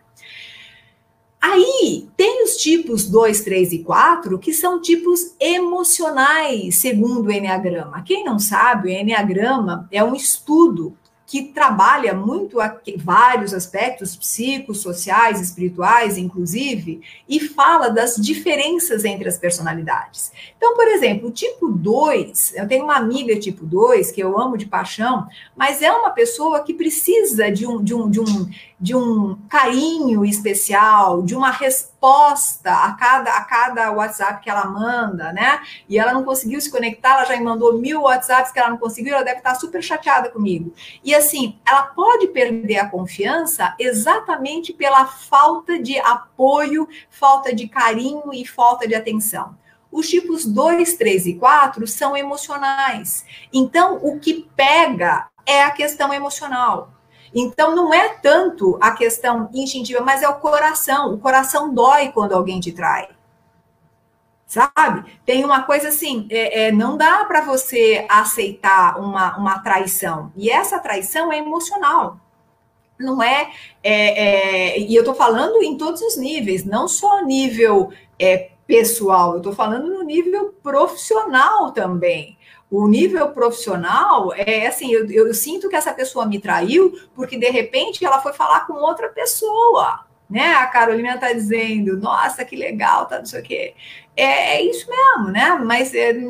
Aí, tem os tipos 2, 3 e 4, que são tipos emocionais, segundo o Enneagrama. Quem não sabe, o Enneagrama é um estudo que trabalha muito vários aspectos psicossociais, espirituais, inclusive, e fala das diferenças entre as personalidades. Então, por exemplo, o tipo 2, eu tenho uma amiga tipo 2, que eu amo de paixão, mas é uma pessoa que precisa de um carinho especial, de uma resposta a cada WhatsApp que ela manda, né? E ela não conseguiu se conectar, ela já me mandou 1000 WhatsApps que ela não conseguiu, ela deve estar super chateada comigo. E assim, ela pode perder a confiança exatamente pela falta de apoio, falta de carinho e falta de atenção. Os tipos 2, 3 e 4 são emocionais. Então, o que pega é a questão emocional. Então, não é tanto a questão instintiva, mas é o coração. O coração dói quando alguém te trai. Sabe? Tem uma coisa assim, não dá para você aceitar uma traição. E essa traição é emocional. Não e eu estou falando em todos os níveis, não só nível pessoal, eu estou falando no nível profissional também. O nível profissional é assim, eu sinto que essa pessoa me traiu porque, de repente, ela foi falar com outra pessoa, né? A Carolina está dizendo, nossa, que legal, tá, não sei o quê. É isso mesmo, né? Mas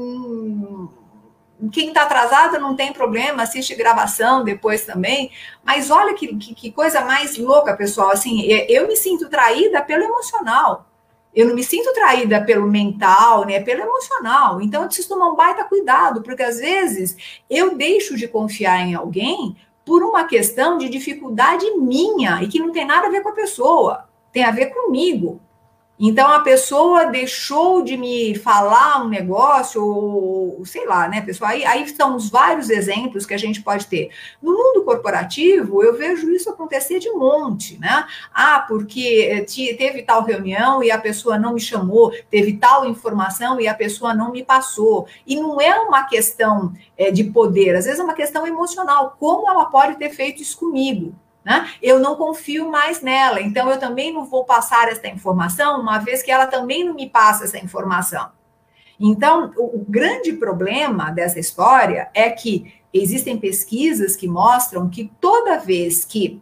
quem está atrasado não tem problema, assiste gravação depois também. Mas olha que coisa mais louca, pessoal. Assim, eu me sinto traída pelo emocional. Eu não me sinto traída pelo mental, né? Pelo emocional. Então, eu preciso tomar um baita cuidado, porque às vezes eu deixo de confiar em alguém por uma questão de dificuldade minha e que não tem nada a ver com a pessoa, tem a ver comigo. Então, a pessoa deixou de me falar um negócio, ou sei lá, né, pessoal? Aí são os vários exemplos que a gente pode ter. No mundo corporativo, eu vejo isso acontecer de monte, né? Porque teve tal reunião e a pessoa não me chamou, teve tal informação e a pessoa não me passou. E não é uma questão de poder, às vezes é uma questão emocional. Como ela pode ter feito isso comigo? Né? Eu não confio mais nela, então eu também não vou passar essa informação, uma vez que ela também não me passa essa informação. Então, o grande problema dessa história é que existem pesquisas que mostram que toda vez que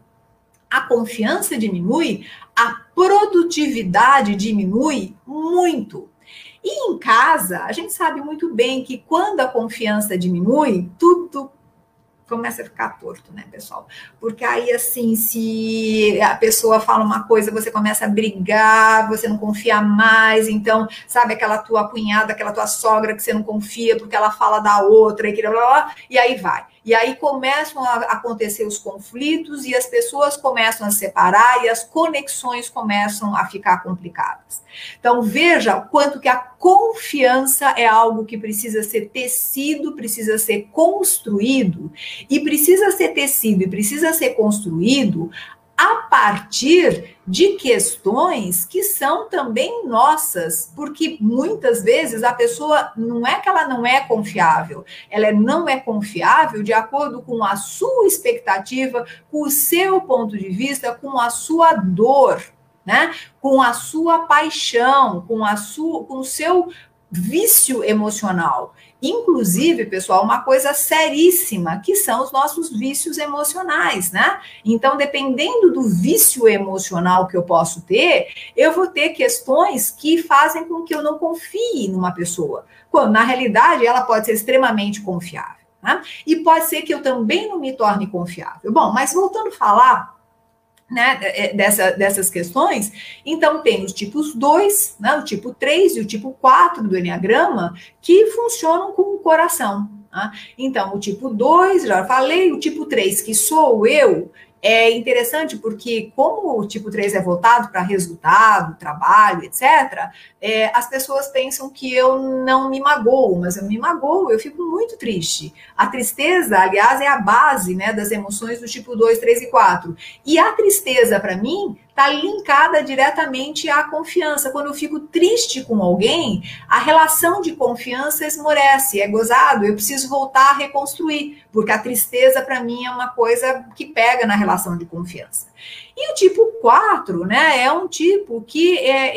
a confiança diminui, a produtividade diminui muito. E em casa, a gente sabe muito bem que quando a confiança diminui, tudo começa a ficar torto, né, pessoal? Porque aí, assim, se a pessoa fala uma coisa, você começa a brigar, você não confia mais, então, sabe, aquela tua cunhada, aquela tua sogra que você não confia porque ela fala da outra, e aí vai. E aí começam a acontecer os conflitos e as pessoas começam a separar e as conexões começam a ficar complicadas. Então, veja o quanto que a confiança é algo que precisa ser tecido, precisa ser construído, e precisa ser tecido e precisa ser construído a partir de questões que são também nossas, porque muitas vezes a pessoa não é que ela não é confiável, ela não é confiável de acordo com a sua expectativa, com o seu ponto de vista, com a sua dor, né? Com a sua paixão, com o seu vício emocional. Inclusive, pessoal, uma coisa seríssima, que são os nossos vícios emocionais, né? Então, dependendo do vício emocional que eu posso ter, eu vou ter questões que fazem com que eu não confie numa pessoa, quando, na realidade, ela pode ser extremamente confiável, né? E pode ser que eu também não me torne confiável. Bom, mas voltando a falar, né, dessas questões, então tem os tipos 2, né, o tipo 3 e o tipo 4 do Enneagrama, que funcionam com o coração. Né? Então, o tipo 2, já falei, o tipo 3, que sou eu, é interessante porque, como o tipo 3 é voltado para resultado, trabalho, etc., as pessoas pensam que eu não me magoo, mas eu me magoo, eu fico muito triste. A tristeza, aliás, é a base, né, das emoções do tipo 2, 3 e 4. E a tristeza, para mim, está linkada diretamente à confiança. Quando eu fico triste com alguém, a relação de confiança esmorece, é gozado, eu preciso voltar a reconstruir, porque a tristeza, para mim, é uma coisa que pega na relação de confiança. E o tipo 4, né, é um tipo que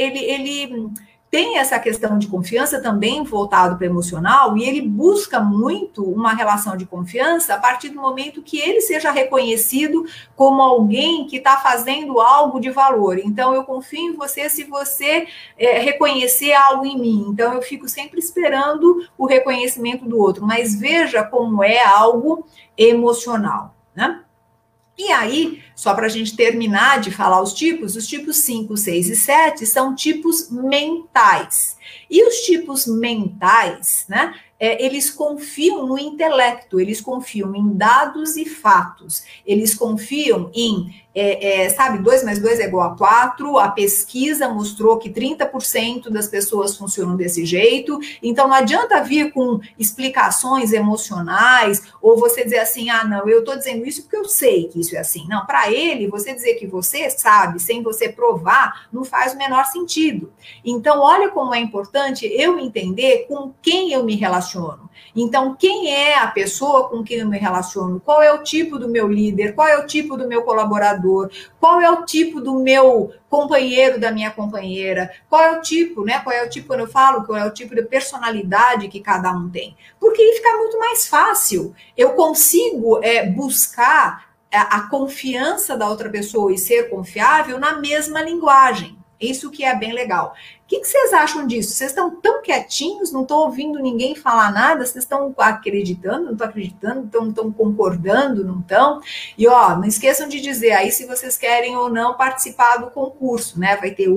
ele tem essa questão de confiança também voltado para o emocional, e ele busca muito uma relação de confiança a partir do momento que ele seja reconhecido como alguém que está fazendo algo de valor. Então, eu confio em você se você reconhecer algo em mim. Então, eu fico sempre esperando o reconhecimento do outro, mas veja como é algo emocional, né? E aí, só para a gente terminar de falar os tipos 5, 6 e 7 são tipos mentais. E os tipos mentais, né, eles confiam no intelecto, eles confiam em dados e fatos, eles confiam em, sabe, 2 mais 2 é igual a 4, a pesquisa mostrou que 30% das pessoas funcionam desse jeito, então não adianta vir com explicações emocionais, ou você dizer assim, ah, não, eu estou dizendo isso porque eu sei que isso é assim. Não, para ele, você dizer que você sabe, sem você provar, não faz o menor sentido. Então, olha como é importante eu entender com quem eu me relaciono. Então, quem é a pessoa com quem eu me relaciono? Qual é o tipo do meu líder? Qual é o tipo do meu colaborador? Qual é o tipo do meu companheiro, da minha companheira? Qual é o tipo, né? Qual é o tipo, quando eu falo, qual é o tipo de personalidade que cada um tem? Porque aí fica muito mais fácil. Eu consigo buscar a confiança da outra pessoa e ser confiável na mesma linguagem. Isso que é bem legal. O que vocês acham disso? Vocês estão tão quietinhos, não estão ouvindo ninguém falar nada? Vocês estão acreditando, não estão acreditando? Estão concordando, não estão? E, ó, não esqueçam de dizer aí se vocês querem ou não participar do concurso, né? Vai ter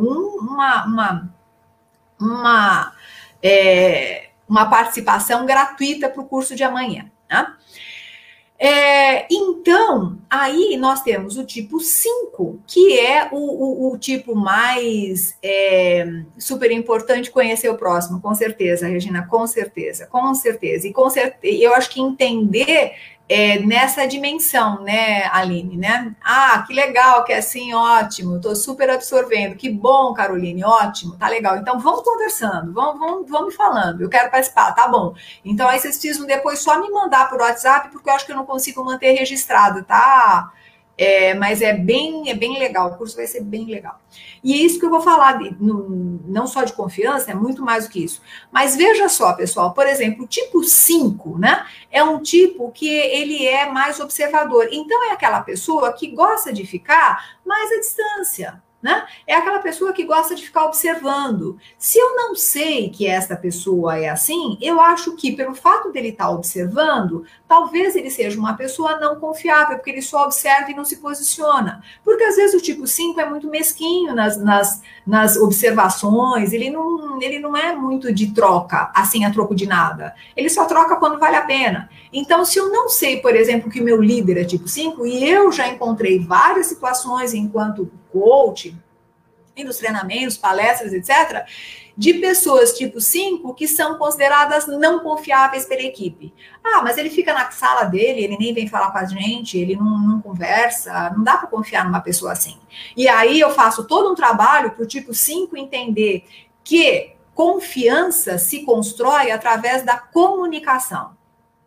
uma participação gratuita para o curso de amanhã, né? Então, aí nós temos o tipo 5, que é o tipo mais super importante, conhecer o próximo, com certeza, Regina, com certeza. E com certeza, eu acho que entender nessa dimensão, né, Aline, né? Ah, que legal, que é assim, ótimo, estou super absorvendo, que bom, Caroline, ótimo, tá legal. Então, vamos conversando, vamos me falando, eu quero participar, tá bom. Então, aí vocês precisam depois só me mandar por WhatsApp, porque eu acho que eu não consigo manter registrado, tá? Mas é bem legal, o curso vai ser bem legal. E é isso que eu vou falar, não só de confiança, é muito mais do que isso. Mas veja só, pessoal, por exemplo, o tipo 5, né? É um tipo que ele é mais observador. Então, é aquela pessoa que gosta de ficar mais à distância, né? É aquela pessoa que gosta de ficar observando. Se eu não sei que esta pessoa é assim, eu acho que pelo fato dele estar observando, talvez ele seja uma pessoa não confiável, porque ele só observa e não se posiciona. Porque às vezes o tipo 5 é muito mesquinho nas observações, ele não é muito de troca, assim, a troco de nada. Ele só troca quando vale a pena. Então, se eu não sei, por exemplo, que o meu líder é tipo 5, e eu já encontrei várias situações enquanto coach, e nos treinamentos, palestras, etc., de pessoas tipo 5 que são consideradas não confiáveis pela equipe. Ah, mas ele fica na sala dele, ele nem vem falar com a gente, ele não conversa, não dá para confiar numa pessoa assim. E aí eu faço todo um trabalho para o tipo 5 entender que confiança se constrói através da comunicação.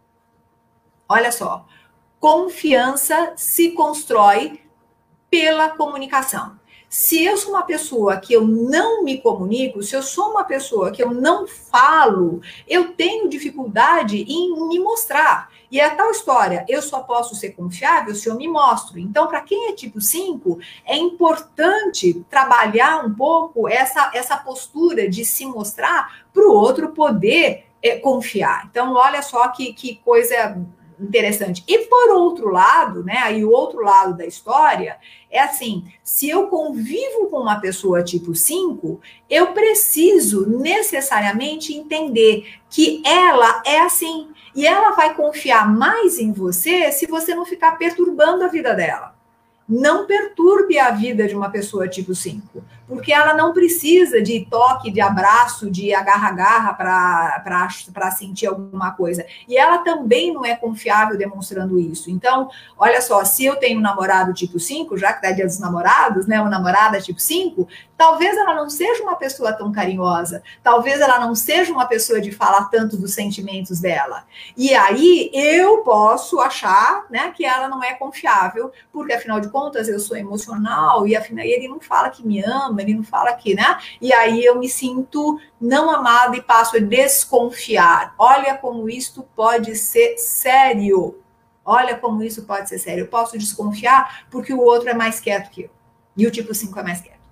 Olha só, confiança se constrói pela comunicação. Se eu sou uma pessoa que eu não me comunico, se eu sou uma pessoa que eu não falo, eu tenho dificuldade em me mostrar. E é a tal história, eu só posso ser confiável se eu me mostro. Então, para quem é tipo 5, é importante trabalhar um pouco essa postura de se mostrar para o outro poder confiar. Então, olha só que coisa interessante. E por outro lado, né, aí o outro lado da história é assim, se eu convivo com uma pessoa tipo 5, eu preciso necessariamente entender que ela é assim, e ela vai confiar mais em você se você não ficar perturbando a vida dela. Não perturbe a vida de uma pessoa tipo 5, porque ela não precisa de toque, de abraço, de agarra-agarra para sentir alguma coisa. E ela também não é confiável demonstrando isso. Então, olha só, se eu tenho um namorado tipo 5, já que tá dia dos namorados, né, uma namorada tipo 5, talvez ela não seja uma pessoa tão carinhosa, talvez ela não seja uma pessoa de falar tanto dos sentimentos dela. E aí eu posso achar, né, que ela não é confiável, porque afinal de contas eu sou emocional e afinal ele não fala que me ama, ele não fala que, né? E aí eu me sinto não amada e passo a desconfiar. Olha como isto pode ser sério. Olha como isso pode ser sério. Eu posso desconfiar porque o outro é mais quieto que eu. E o tipo 5 é mais quieto.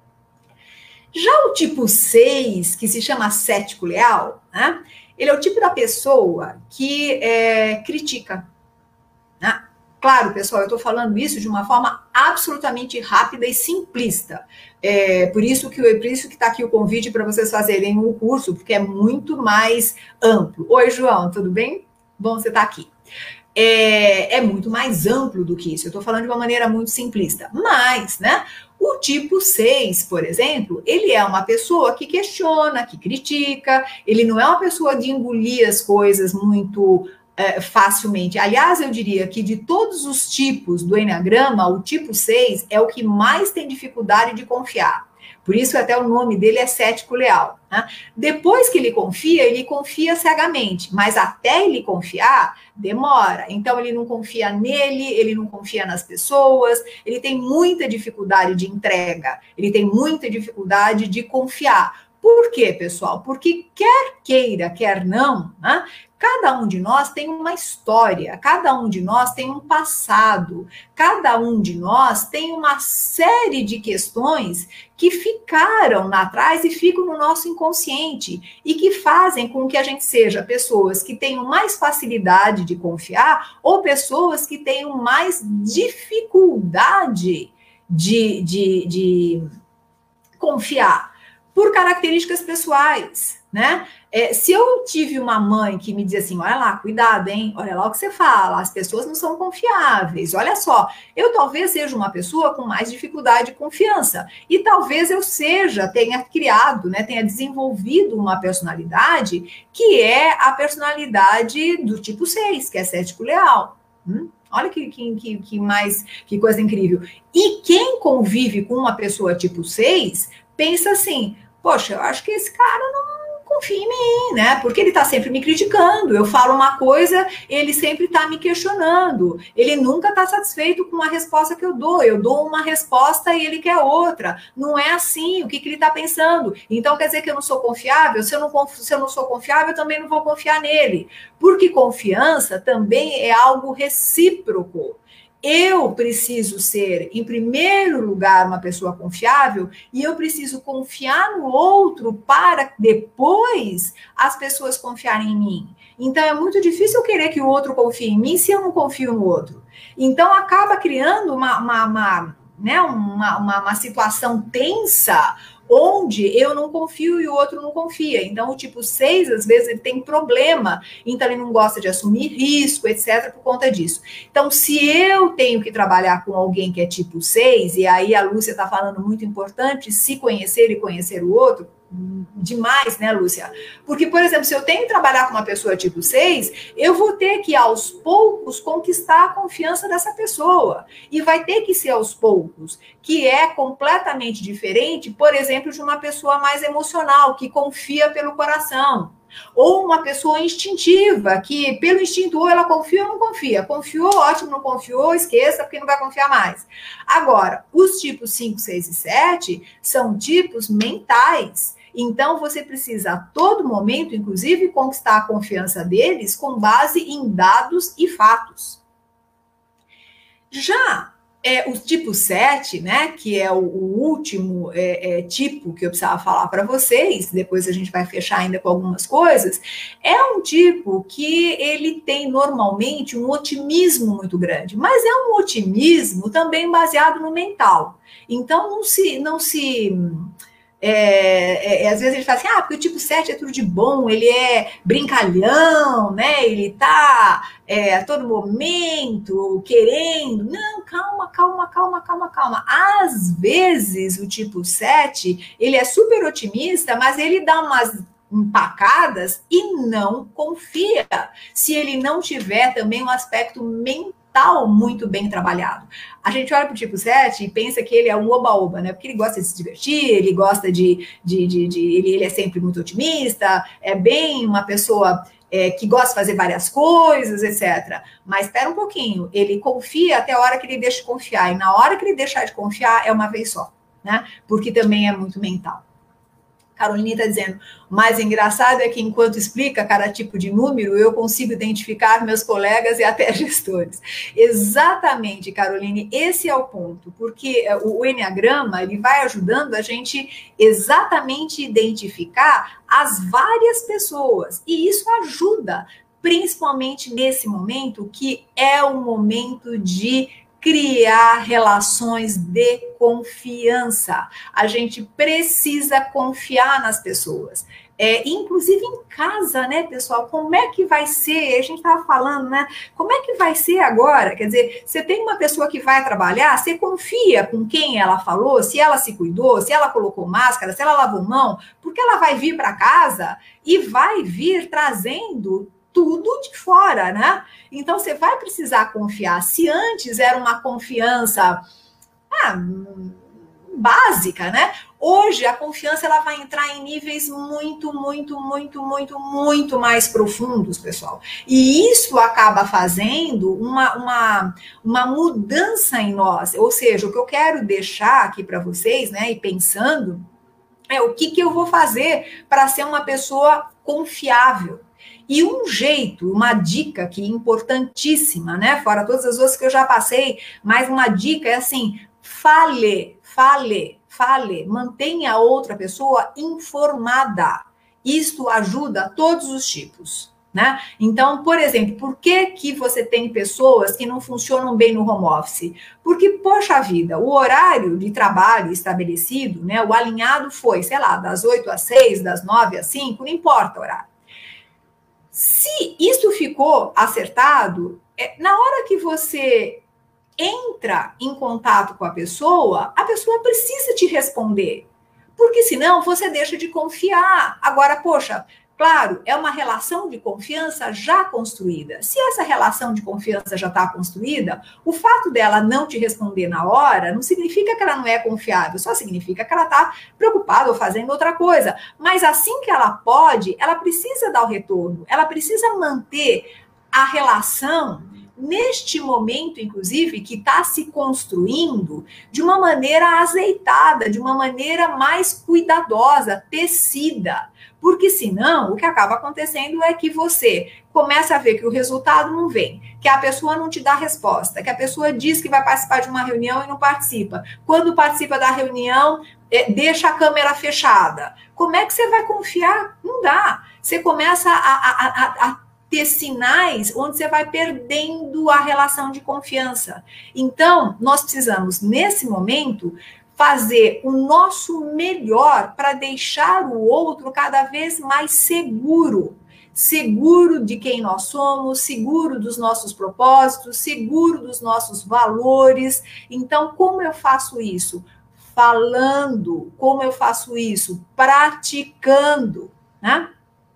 Já o tipo 6, que se chama cético leal, né? Ele é o tipo da pessoa que critica. Né? Claro, pessoal, eu estou falando isso de uma forma absolutamente rápida e simplista. Por isso que está aqui o convite para vocês fazerem o curso, porque é muito mais amplo. Oi, João, tudo bem? Bom você estar aqui. É muito mais amplo do que isso. Eu estou falando de uma maneira muito simplista. Mas, né? O tipo 6, por exemplo, ele é uma pessoa que questiona, que critica, ele não é uma pessoa de engolir as coisas muito facilmente. Aliás, eu diria que de todos os tipos do Eneagrama, o tipo 6 é o que mais tem dificuldade de confiar. Por isso, até o nome dele é cético leal. Né? Depois que ele confia cegamente, mas até ele confiar, demora. Então, ele não confia nele, ele não confia nas pessoas, ele tem muita dificuldade de entrega, ele tem muita dificuldade de confiar. Por quê, pessoal? Porque quer queira, quer não, né? Cada um de nós tem uma história, cada um de nós tem um passado, cada um de nós tem uma série de questões que ficaram lá atrás e ficam no nosso inconsciente e que fazem com que a gente seja pessoas que tenham mais facilidade de confiar ou pessoas que tenham mais dificuldade de confiar por características pessoais, né? Se eu tive uma mãe que me dizia assim, olha lá, cuidado, hein? Olha lá o que você fala, as pessoas não são confiáveis, olha só, eu talvez seja uma pessoa com mais dificuldade de confiança, e talvez eu tenha criado, né, tenha desenvolvido uma personalidade que é a personalidade do tipo 6, que é cético leal. Olha que coisa incrível. E quem convive com uma pessoa tipo 6, pensa assim, poxa, eu acho que esse cara não confia em mim, né? Porque ele está sempre me criticando. Eu falo uma coisa, ele sempre está me questionando. Ele nunca está satisfeito com a resposta que eu dou. Eu dou uma resposta e ele quer outra. Não é assim. O que ele está pensando? Então quer dizer que eu não sou confiável? Se eu não sou confiável, eu também não vou confiar nele. Porque confiança também é algo recíproco. Eu preciso ser, em primeiro lugar, uma pessoa confiável e eu preciso confiar no outro para depois as pessoas confiarem em mim. Então, é muito difícil eu querer que o outro confie em mim se eu não confio no outro. Então, acaba criando uma situação tensa onde eu não confio e o outro não confia. Então, o tipo 6, às vezes, ele tem problema, então ele não gosta de assumir risco, etc., por conta disso. Então, se eu tenho que trabalhar com alguém que é tipo 6, e aí a Lúcia está falando muito importante, se conhecer e conhecer o outro, demais, né, Lúcia? Porque, por exemplo, se eu tenho que trabalhar com uma pessoa tipo 6, eu vou ter que, aos poucos, conquistar a confiança dessa pessoa. E vai ter que ser aos poucos, que é completamente diferente, por exemplo, de uma pessoa mais emocional, que confia pelo coração. Ou uma pessoa instintiva, que pelo instinto ou ela confia ou não confia. Confiou, ótimo, não confiou, esqueça, porque não vai confiar mais. Agora, os tipos 5, 6 e 7 são tipos mentais. Então, você precisa a todo momento, inclusive, conquistar a confiança deles com base em dados e fatos. Já o tipo 7, né, que é o último tipo que eu precisava falar para vocês, depois a gente vai fechar ainda com algumas coisas, é um tipo que ele tem normalmente um otimismo muito grande, mas é um otimismo também baseado no mental. Então, às vezes a gente fala assim, porque o tipo 7 é tudo de bom, ele é brincalhão, né? Ele tá a todo momento querendo. Não, calma. Às vezes o tipo 7, ele é super otimista, mas ele dá umas empacadas e não confia se ele não tiver também um aspecto mental muito bem trabalhado. A gente olha para o tipo 7 e pensa que ele é um oba-oba, né? Porque ele gosta de se divertir, ele gosta ele é sempre muito otimista, é bem uma pessoa que gosta de fazer várias coisas, etc. Mas espera um pouquinho, ele confia até a hora que ele deixa de confiar, e na hora que ele deixar de confiar é uma vez só, né? Porque também é muito mental. Caroline está dizendo, o mais engraçado é que enquanto explica cada tipo de número, eu consigo identificar meus colegas e até gestores. Exatamente, Caroline, esse é o ponto, porque o Enneagrama, ele vai ajudando a gente exatamente identificar as várias pessoas, e isso ajuda, principalmente nesse momento, que é o momento de criar relações de confiança. A gente precisa confiar nas pessoas. Inclusive em casa, né, pessoal? Como é que vai ser? A gente estava falando, né? Como é que vai ser agora? Quer dizer, você tem uma pessoa que vai trabalhar, você confia com quem ela falou, se ela se cuidou, se ela colocou máscara, se ela lavou mão, porque ela vai vir para casa e vai vir trazendo tudo de fora, né? Então, você vai precisar confiar. Se antes era uma confiança básica, né? Hoje, a confiança ela vai entrar em níveis muito mais profundos, pessoal. E isso acaba fazendo uma mudança em nós. Ou seja, o que eu quero deixar aqui para vocês, né? E pensando, o que eu vou fazer para ser uma pessoa confiável. E um jeito, uma dica que é importantíssima, né? Fora todas as outras que eu já passei, mas uma dica é assim: fale, mantenha a outra pessoa informada. Isto ajuda todos os tipos, né? Então, por exemplo, por que você tem pessoas que não funcionam bem no home office? Porque, poxa vida, o horário de trabalho estabelecido, né? O alinhado foi, sei lá, das 8 às 6, das 9 às 5, não importa o horário. Se isso ficou acertado, na hora que você entra em contato com a pessoa precisa te responder. Porque senão você deixa de confiar. Agora, poxa, Claro, é uma relação de confiança já construída. Se essa relação de confiança já está construída, o fato dela não te responder na hora não significa que ela não é confiável, só significa que ela está preocupada ou fazendo outra coisa. Mas assim que ela pode, ela precisa dar o retorno, ela precisa manter a relação neste momento, inclusive, que está se construindo de uma maneira azeitada, de uma maneira mais cuidadosa, tecida. Porque senão, o que acaba acontecendo é que você começa a ver que o resultado não vem, que a pessoa não te dá resposta, que a pessoa diz que vai participar de uma reunião e não participa. Quando participa da reunião, deixa a câmera fechada. Como é que você vai confiar? Não dá. Você começa a ter sinais onde você vai perdendo a relação de confiança. Então, nós precisamos, nesse momento, fazer o nosso melhor para deixar o outro cada vez mais seguro. Seguro de quem nós somos, seguro dos nossos propósitos, seguro dos nossos valores. Então, como eu faço isso? Falando. Como eu faço isso? Praticando, né?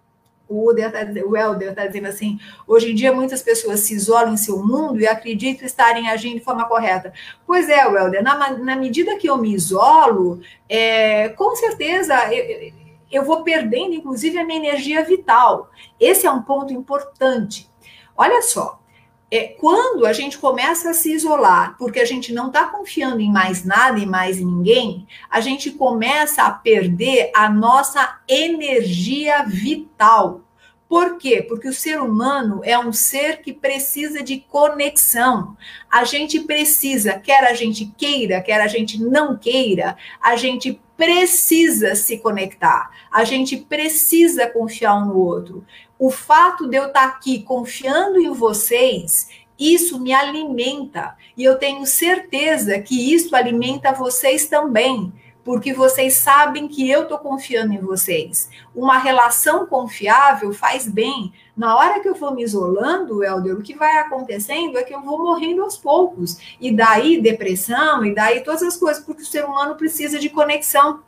O Helder está dizendo assim, hoje em dia muitas pessoas se isolam em seu mundo e acreditam estarem agindo de forma correta. Pois é, Helder, na medida que eu me isolo, com certeza eu vou perdendo, inclusive, a minha energia vital. Esse é um ponto importante. Olha só, quando a gente começa a se isolar, porque a gente não está confiando em mais nada e mais em ninguém, a gente começa a perder a nossa energia vital. Por quê? Porque o ser humano é um ser que precisa de conexão. A gente precisa, quer a gente queira, quer a gente não queira, a gente precisa se conectar. A gente precisa confiar um no outro. O fato de eu estar aqui confiando em vocês, isso me alimenta. E eu tenho certeza que isso alimenta vocês também, porque vocês sabem que eu estou confiando em vocês. Uma relação confiável faz bem. Na hora que eu for me isolando, Helder, o que vai acontecendo é que eu vou morrendo aos poucos. E daí depressão, e daí todas as coisas, porque o ser humano precisa de conexão.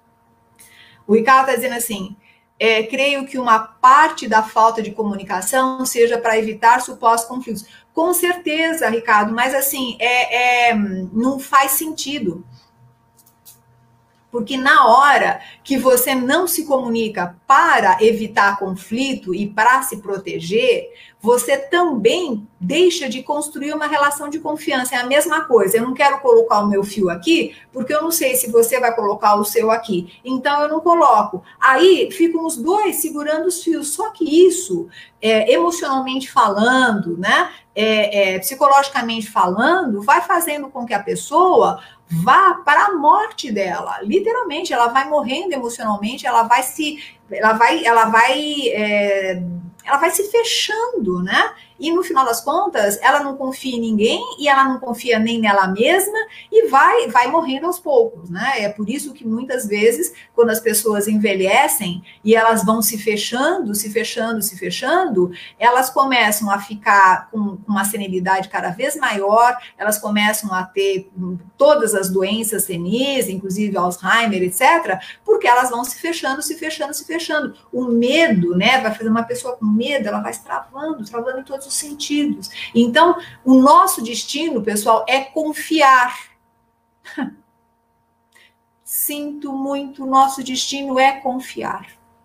O Ricardo está dizendo assim, creio que uma parte da falta de comunicação seja para evitar supostos conflitos. Com certeza, Ricardo, mas assim, não faz sentido. Porque na hora que você não se comunica para evitar conflito e para se proteger, você também deixa de construir uma relação de confiança. É a mesma coisa. Eu não quero colocar o meu fio aqui, porque eu não sei se você vai colocar o seu aqui. Então, eu não coloco. Aí, ficam os dois segurando os fios. Só que isso, emocionalmente falando, né? Psicologicamente falando, vai fazendo com que a pessoa vá para a morte dela, literalmente, ela vai morrendo emocionalmente, ela vai se fechando, né? E no final das contas, ela não confia em ninguém e ela não confia nem nela mesma e vai morrendo aos poucos, né? É por isso que muitas vezes, quando as pessoas envelhecem e elas vão se fechando, elas começam a ficar com uma senilidade cada vez maior, elas começam a ter todas as doenças senis, inclusive Alzheimer, etc., porque elas vão se fechando. O medo, né, vai fazer uma pessoa com medo, ela vai se travando em todos os sentidos. Então, o nosso destino, pessoal, é confiar. Sinto muito, nosso destino é confiar.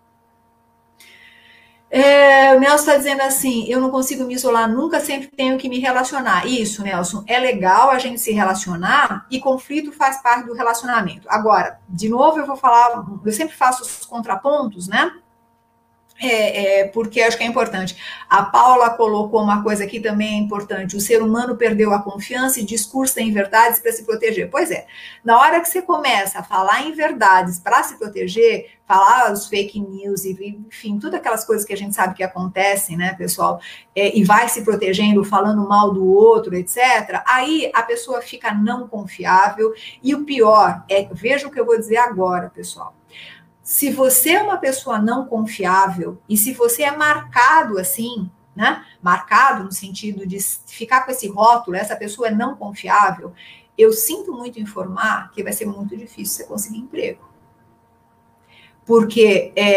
O Nelson está dizendo assim, eu não consigo me isolar nunca, sempre tenho que me relacionar. Isso, Nelson, é legal a gente se relacionar e conflito faz parte do relacionamento. Agora, de novo, eu vou falar, eu sempre faço os contrapontos, né? Porque acho que é importante. A Paula colocou uma coisa aqui também importante, o ser humano perdeu a confiança e discursa em verdades para se proteger. Pois é, na hora que você começa a falar em verdades para se proteger, falar os fake news, enfim, todas aquelas coisas que a gente sabe que acontecem, né, pessoal, e vai se protegendo, falando mal do outro, etc., aí a pessoa fica não confiável, e o pior veja o que eu vou dizer agora, pessoal. Se você é uma pessoa não confiável e se você é marcado assim, né? Marcado no sentido de ficar com esse rótulo, essa pessoa é não confiável, eu sinto muito informar que vai ser muito difícil você conseguir emprego. Porque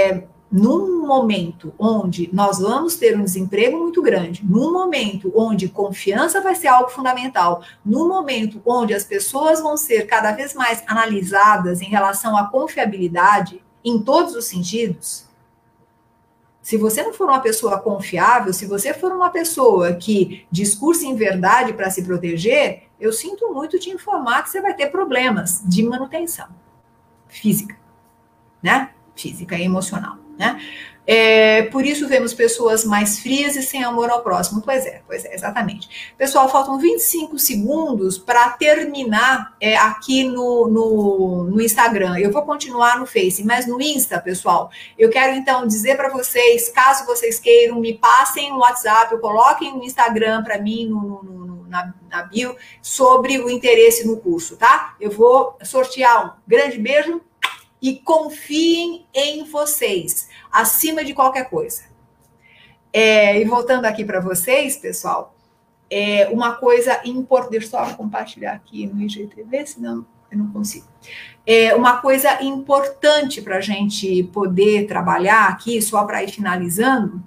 num momento onde nós vamos ter um desemprego muito grande, num momento onde confiança vai ser algo fundamental, num momento onde as pessoas vão ser cada vez mais analisadas em relação à confiabilidade, em todos os sentidos. Se você não for uma pessoa confiável, se você for uma pessoa que discursa em verdade para se proteger, eu sinto muito te informar que você vai ter problemas de manutenção física, né? Física e emocional, né? Por isso vemos pessoas mais frias e sem amor ao próximo. Pois é, exatamente. Pessoal, faltam 25 segundos para terminar aqui no Instagram. Eu vou continuar no Face, mas no Insta, pessoal, eu quero então dizer para vocês, caso vocês queiram, me passem no WhatsApp, ou coloquem no Instagram para mim, na bio, sobre o interesse no curso, tá? Eu vou sortear um grande beijo e confiem em vocês, acima de qualquer coisa. E voltando aqui para vocês, pessoal, uma coisa importante, deixa eu só compartilhar aqui no IGTV, senão eu não consigo. Uma coisa importante para a gente poder trabalhar aqui, só para ir finalizando,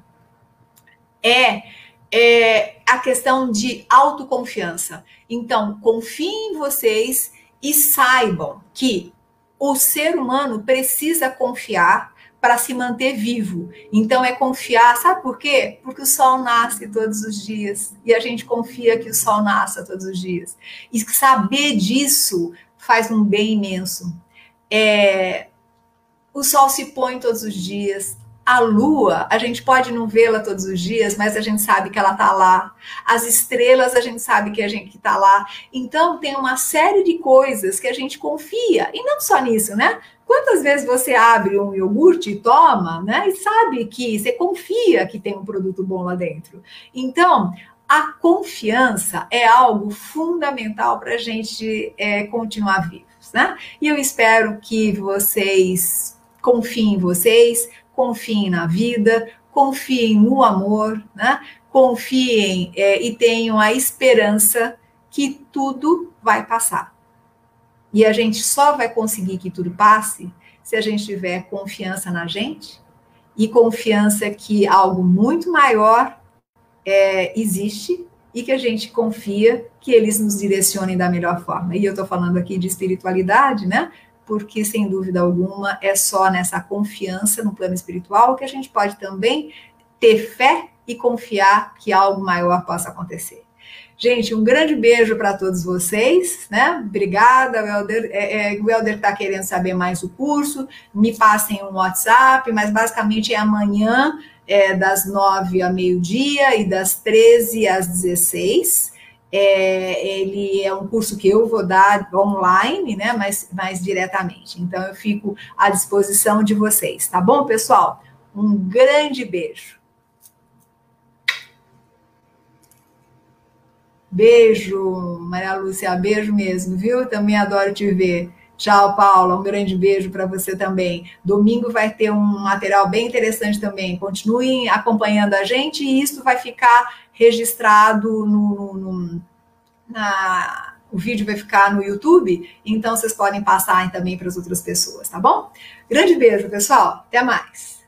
a questão de autoconfiança. Então, confiem em vocês e saibam que o ser humano precisa confiar para se manter vivo. Então, é confiar, sabe por quê? Porque o sol nasce todos os dias e a gente confia que o sol nasça todos os dias. E saber disso faz um bem imenso. O sol se põe todos os dias. A lua, a gente pode não vê-la todos os dias, mas a gente sabe que ela está lá. As estrelas, a gente sabe que a gente está lá. Então, tem uma série de coisas que a gente confia. E não só nisso, né? Quantas vezes você abre um iogurte e toma, né? E sabe que você confia que tem um produto bom lá dentro. Então, a confiança é algo fundamental para a gente continuar vivos, né? E eu espero que vocês confiem em vocês, confiem na vida, confiem no amor, né? Confiem e tenham a esperança que tudo vai passar. E a gente só vai conseguir que tudo passe se a gente tiver confiança na gente e confiança que algo muito maior existe e que a gente confia que eles nos direcionem da melhor forma. E eu estou falando aqui de espiritualidade, né? Porque, sem dúvida alguma, é só nessa confiança no plano espiritual que a gente pode também ter fé e confiar que algo maior possa acontecer. Gente, um grande beijo para todos vocês, né? Obrigada, o Helder está querendo saber mais o curso, me passem um WhatsApp, mas basicamente é amanhã, das 9 ao meio-dia e das 13 às 16. Ele é um curso que eu vou dar online, né, mais diretamente. Então, eu fico à disposição de vocês, tá bom, pessoal? Um grande beijo. Beijo, Maria Lúcia, beijo mesmo, viu? Também adoro te ver. Tchau, Paula, um grande beijo para você também. Domingo vai ter um material bem interessante também. Continuem acompanhando a gente e isso vai ficar registrado o vídeo vai ficar no YouTube, então vocês podem passar também para as outras pessoas, tá bom? Grande beijo, pessoal. Até mais.